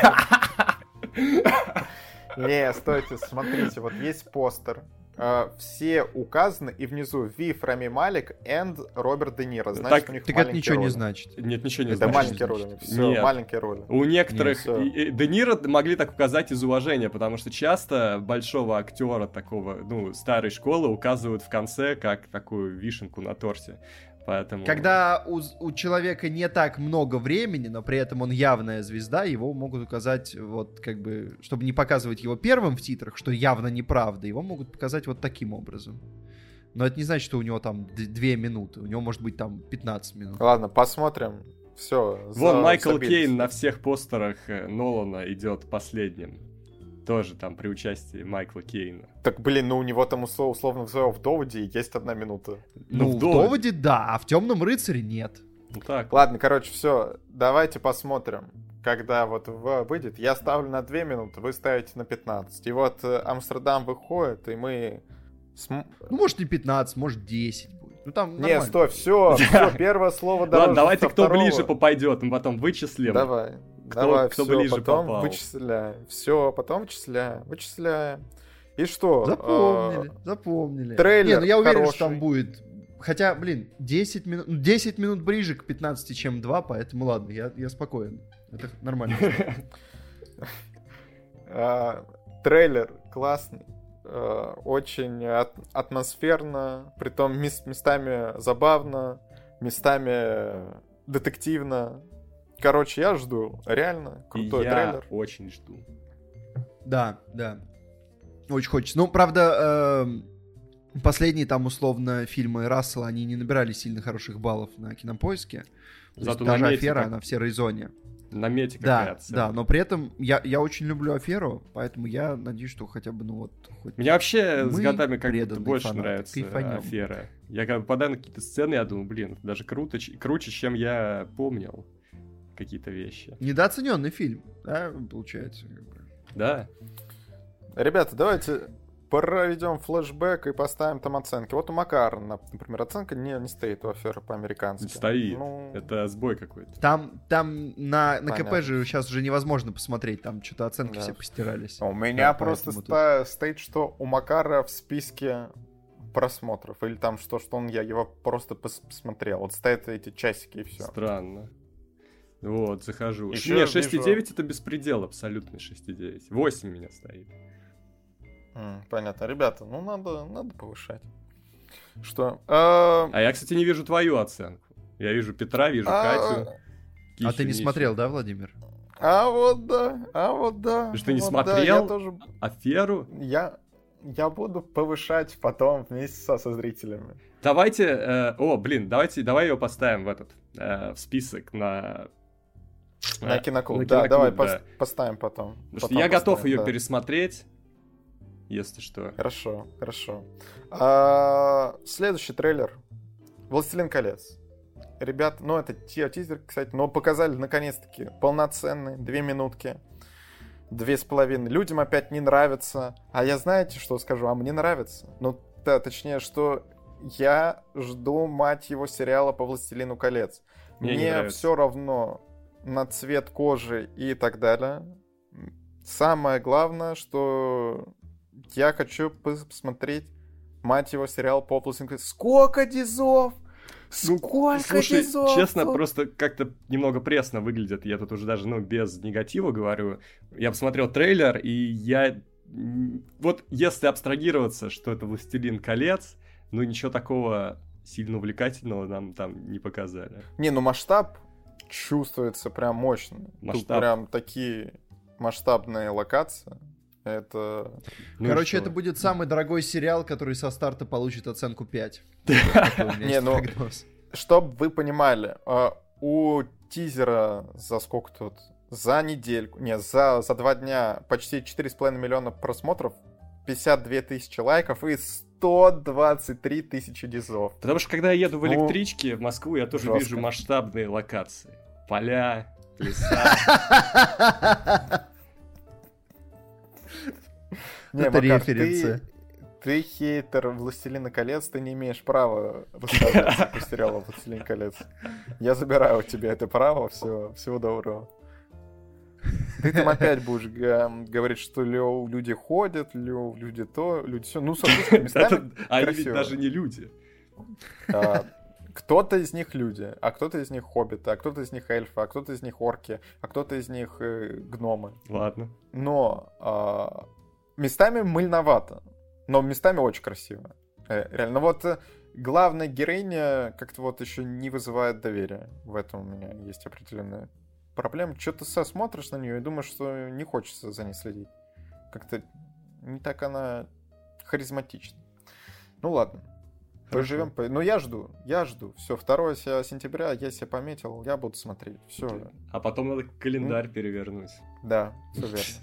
Не, стойте, смотрите, вот есть постер. Все указаны, и внизу Вив, Рами Малик и Роберт Де Ниро. Значит, у них так это ничего роли. Не значит. Нет, ничего не это значит. Это маленькие роли. Все, нет. Маленькие роли. У некоторых Де Ниро могли так указать из уважения, потому что часто большого актера такого, ну, старой школы указывают в конце как такую вишенку на торте. Поэтому... Когда у человека не так много времени, но при этом он явная звезда, его могут указать, вот как бы, чтобы не показывать его первым в титрах, что явно неправда, его могут показать вот таким образом. Но это не значит, что у него там 2 минуты, у него может быть там 15 минут. Ладно, посмотрим. Все. Вон Майкл Кейн на всех постерах Нолана идет последним. Тоже там при участии Майкла Кейна. Так, блин, ну у него там условно в «Доводе» есть 1 минута. Ну, в «Доводе» да, а в «Темном рыцаре» нет. Ну так. Ладно, короче, все, давайте посмотрим, когда вот выйдет. Я ставлю на 2 минуты, вы ставите на 15. И вот Амстердам выходит, и мы... Ну, может, не 15, может, 10 будет. Ну, там нормально. Не, стой, все, первое слово дороже. Ладно, давайте кто ближе попадет, мы потом вычислим. Давай, кто все, ближе потом попал. вычисляем. Все, потом вычисляем. И что? Запомнили. Трейлер ну я уверен, хороший. что там будет. Хотя, блин, 10 минут ближе к 15, чем 2, поэтому ладно, я спокоен. Это нормально. Трейлер классный. Очень атмосферно, притом местами забавно, местами детективно. Короче, я жду. Реально крутой трейлер. Я очень жду. Да. Очень хочется. Ну, правда, последние там, условно, фильмы Рассела, они не набирали сильно хороших баллов на Кинопоиске. Зато даже «Афера», она в серой зоне. На мете какая цена. Да, но при этом я очень люблю «Аферу», поэтому я надеюсь, что хотя бы, ну вот... Хоть мне вообще с годами как будто больше фанаты, нравится кайфанем. «Афера». Я когда попадаю на какие-то сцены, я думаю, блин, это даже круче, чем я помнил. какие-то вещи. Недооцененный фильм, да, получается. Да. Ребята, давайте проведем флешбэк и поставим там оценки. Вот у Макара, например, оценка не стоит у аферы по-американски. Стоит. Ну, Это сбой какой-то. Там на КП Понятно. же сейчас уже невозможно посмотреть, там что-то оценки Да. все постирались. у меня Да, просто поэтому стоит, что у Макара в списке просмотров. Или там что я его просто посмотрел. Вот стоят эти часики и все. Странно. Вот, захожу. Ещё Не, я 6,9 вижу- это беспредел, абсолютный 6,9. 8 у меня стоит. Понятно. Ребята, ну надо повышать. Что? А я, кстати, не вижу твою оценку. Я вижу Петра, вижу Катю. А ты не Кищу, смотрел, Мищу. да, Владимир? Вот да. Ты что, не вот да, смотрел? я тоже... Аферу? Я буду повышать потом вместе со зрителями. Давайте... давай ее поставим в список на... На киноклуб. на Да, давай да. Поставим потом. Потому что Потом я готов поставим, ее да. пересмотреть, если что. Хорошо. Следующий трейлер. «Властелин колец». Ребят, это тизер, кстати, но показали наконец-таки полноценный, 2 минутки. 2,5. Людям опять не нравится. А я знаете, что скажу? А мне нравится. Точнее, что я жду, мать его, сериала по «Властелину колец». Мне не Мне нравится. все равно на цвет кожи и так далее. Самое главное, что я хочу посмотреть, мать его, сериал по «Властелину колец». Сколько дизов! Сколько Слушай, дизов! честно, просто как-то немного пресно выглядит. Я тут уже даже, без негатива говорю. Я посмотрел трейлер, и вот если абстрагироваться, что это «Властелин колец», ничего такого сильно увлекательного нам там не показали. Масштаб чувствуется прям мощно. Тут Масштаб. прям такие масштабные локации. Это... Ну и Короче, что? это будет самый дорогой сериал, который со старта получит оценку 5. Такой у меня Не, есть ну, прогноз. Чтоб вы понимали, у тизера за сколько тут? За недельку, за 2 дня почти 4,5 миллиона просмотров, 52 тысячи лайков и 123 тысячи дизов. Потому что когда я еду в Ну, электричке в Москву, я тоже жестко. вижу масштабные локации. Поля, леса. Не, Это Макар, референсы. ты хейтер «Властелина колец», ты не имеешь права высказываться по сериалу «Властелин колец». Я забираю у тебя это право, всего доброго. Ты там опять будешь говорить, что люди ходят, люди то, люди все. Соответственно, местами Они ведь красиво. даже не люди. Кто-то из них люди, а кто-то из них хоббиты, а кто-то из них эльфы, а кто-то из них орки, а кто-то из них гномы. Ладно. Но местами мыльновато, но местами очень красиво. Реально, главная героиня как-то еще не вызывает доверия. В этом у меня есть определенная проблема. Что-то смотришь на нее и думаешь, что не хочется за ней следить. Как-то не так она харизматична. Ну ладно. Хорошо. Поживем. Я жду. Все, 2 сентября я себе пометил, я буду смотреть. Все. А потом надо календарь перевернуть. Да, все верно.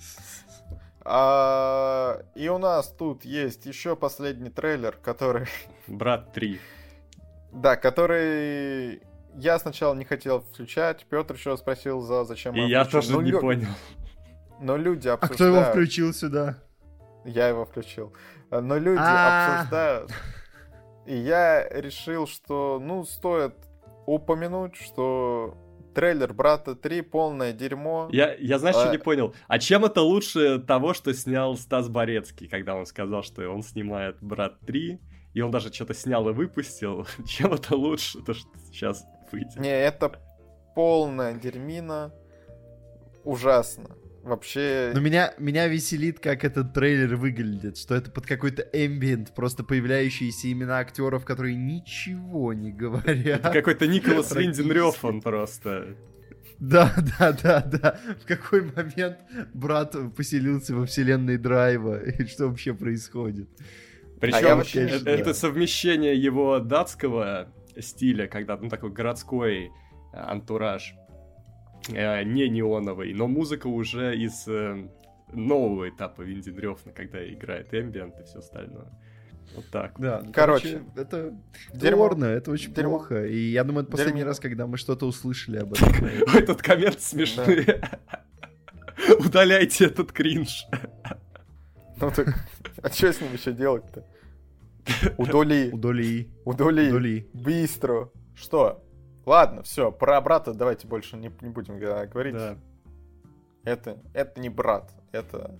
И у нас тут есть еще последний трейлер, который... Брат 3. Да, который я сначала не хотел включать. Петр еще спросил, зачем И мы я включили. тоже не понял. Но люди А обсуждают... кто его включил сюда? Я его включил. Но люди А. обсуждают. И я решил, что, стоит упомянуть, что трейлер «Брата 3» полное дерьмо. Я знаешь, что не понял? А чем это лучше того, что снял Стас Борецкий, когда он сказал, что он снимает «Брат 3», и он даже что-то снял и выпустил? Чем это лучше, то, что сейчас выйдет? Не, это полная дерьмина. Ужасно. Вообще... Но меня веселит, как этот трейлер выглядит, что это под какой-то эмбиент, просто появляющиеся имена актеров, которые ничего не говорят. Это какой-то Николас Виндин Рёфан просто. Да. В какой момент брат поселился во вселенной Драйва? И что вообще происходит? я Причем вообще не это знаю. совмещение его датского стиля, когда такой городской антураж, не неоновый, но музыка уже из нового этапа Виндин Рёфна, когда играет эмбиент и все остальное. Вот так. Да, ну, Короче, это дерьмо. спорно, это очень Дерьмо. плохо. И я думаю, это последний Дерьмо. раз, когда мы что-то услышали об этом. Ой, тут комменты смешные. Удаляйте этот кринж. Ну так, а что с ним еще делать-то? Удали. Удали. Быстро. Что? Ладно, все, про брата давайте больше не будем говорить. Да. Это не брат, это...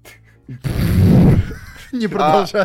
Не продолжай.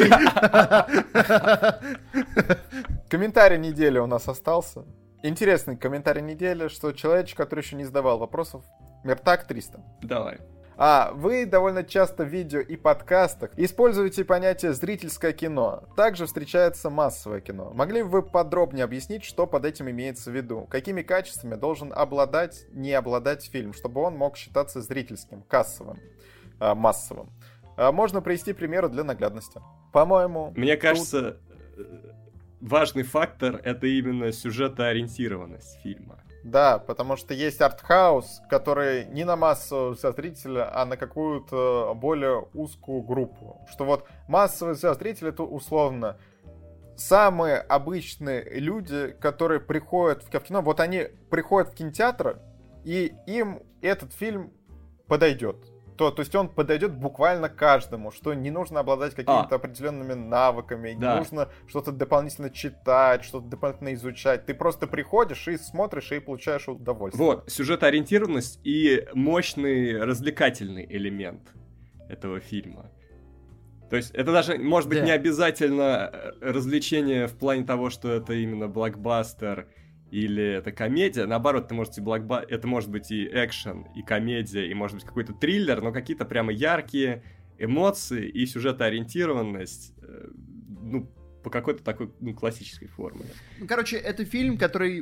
Комментарий недели у нас остался. Интересный комментарий недели, что человечек, который еще не задавал вопросов, Миртак 300. Давай. Вы довольно часто в видео и подкастах используете понятие «зрительское кино». Также встречается массовое кино. Могли бы вы подробнее объяснить, что под этим имеется в виду? Какими качествами должен обладать, не обладать фильм, чтобы он мог считаться зрительским, кассовым, массовым? Можно привести примеры для наглядности. По-моему... Мне кажется, важный фактор — это именно сюжетоориентированность фильма. Да, потому что есть артхаус, который не на массового зрителя, а на какую-то более узкую группу. Что вот массовый зритель — это условно самые обычные люди, которые приходят в кино. Вот они приходят в кинотеатр, и им этот фильм подойдет. То есть он подойдет буквально каждому, что не нужно обладать какими-то определенными навыками, Да. не нужно что-то дополнительно читать, что-то дополнительно изучать. Ты просто приходишь и смотришь, и получаешь удовольствие. Вот, сюжетоориентированность и мощный развлекательный элемент этого фильма. То есть это даже, может быть, Да. не обязательно развлечение в плане того, что это именно блокбастер или это комедия. Наоборот, это может быть и экшен, и комедия, и может быть какой-то триллер, но какие-то прямо яркие эмоции и сюжетоориентированность, по какой-то такой классической формуле. Ну, короче, это фильм,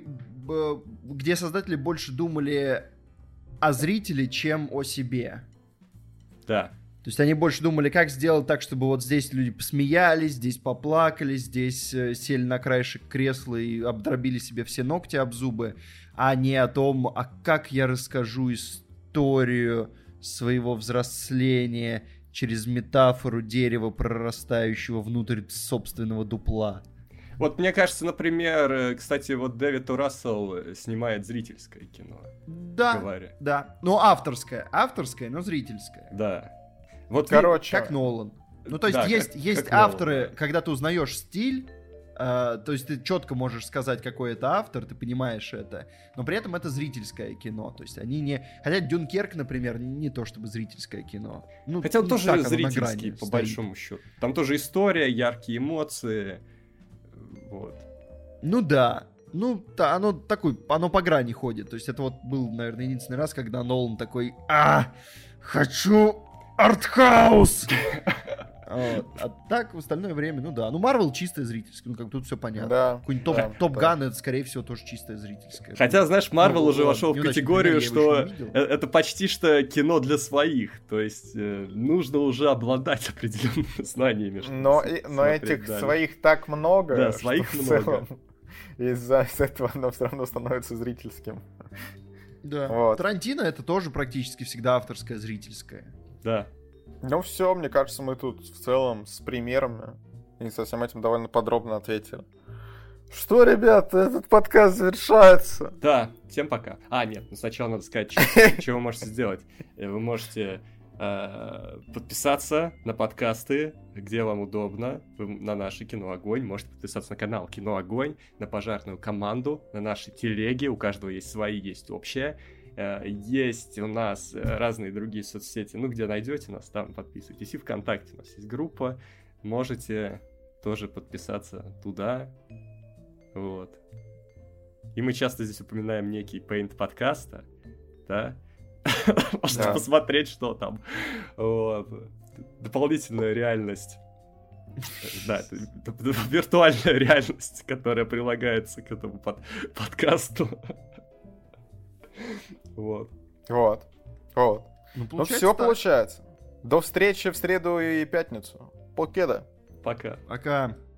где создатели больше думали о зрителе, чем о себе. Да. То есть они больше думали, как сделать так, чтобы вот здесь люди посмеялись, здесь поплакали, здесь сели на краешек кресла и обдробили себе все ногти об зубы, а не о том, а как я расскажу историю своего взросления через метафору дерева, прорастающего внутрь собственного дупла. Вот мне кажется, например, кстати, вот Дэвид О. Рассел снимает зрительское кино. Да, Говоря. да. Но авторское, но зрительское. Да. Вот Короче, Как Нолан. Ну, то есть Да, есть как авторы, Нолан, да. когда ты узнаешь стиль, то есть ты четко можешь сказать, какой это автор, ты понимаешь это, но при этом это зрительское кино. То есть они не... Хотя Дюнкерк, например, не то чтобы зрительское кино. Ну, Хотя он тоже так оно на зрительский, грани по стоит. большому счету. Там тоже история, яркие эмоции. Вот. Ну да. Ну, да, оно по грани ходит. То есть это вот был, наверное, единственный раз, когда Нолан такой: хочу артхаус! Вот. А так в остальное время, ну да. Ну, Марвел чистое зрительское, ну как тут все понятно. Да, Какой-нибудь да, Топ Ган, это, скорее всего, тоже чистое зрительское. Хотя, знаешь, Марвел Ну, уже ладно, вошел в неудачный категорию, пример, я его что еще не видел. это почти что кино для своих. То есть нужно уже обладать определенными знаниями. чтобы Но смотреть этих далее. своих так много, Да, что своих в много. целом из-за этого оно все равно становится зрительским. Да. Вот. Тарантино это тоже практически всегда авторское, зрительское. Да. Ну все, мне кажется, мы тут в целом с примерами и со всем этим довольно подробно ответили. Что, ребята, этот подкаст завершается. Да, всем пока. Нет, сначала надо сказать, что вы можете сделать. Вы можете подписаться на подкасты, где вам удобно, на наше Кино Огонь. Можете подписаться на канал Кино Огонь, на пожарную команду, на наши телеги. У каждого есть свои, есть общее. Есть у нас разные другие соцсети. Где найдете нас, там подписывайтесь. И ВКонтакте у нас есть группа. Можете тоже подписаться туда. Вот. И мы часто здесь упоминаем некий пейнт подкаста, да? Можно Да. посмотреть, что там. Вот. Дополнительная реальность. Да, это виртуальная реальность, которая прилагается к этому подкасту. Вот. Вот. Ну все так. получается. До встречи в среду и пятницу. Покеда. Пока. Пока.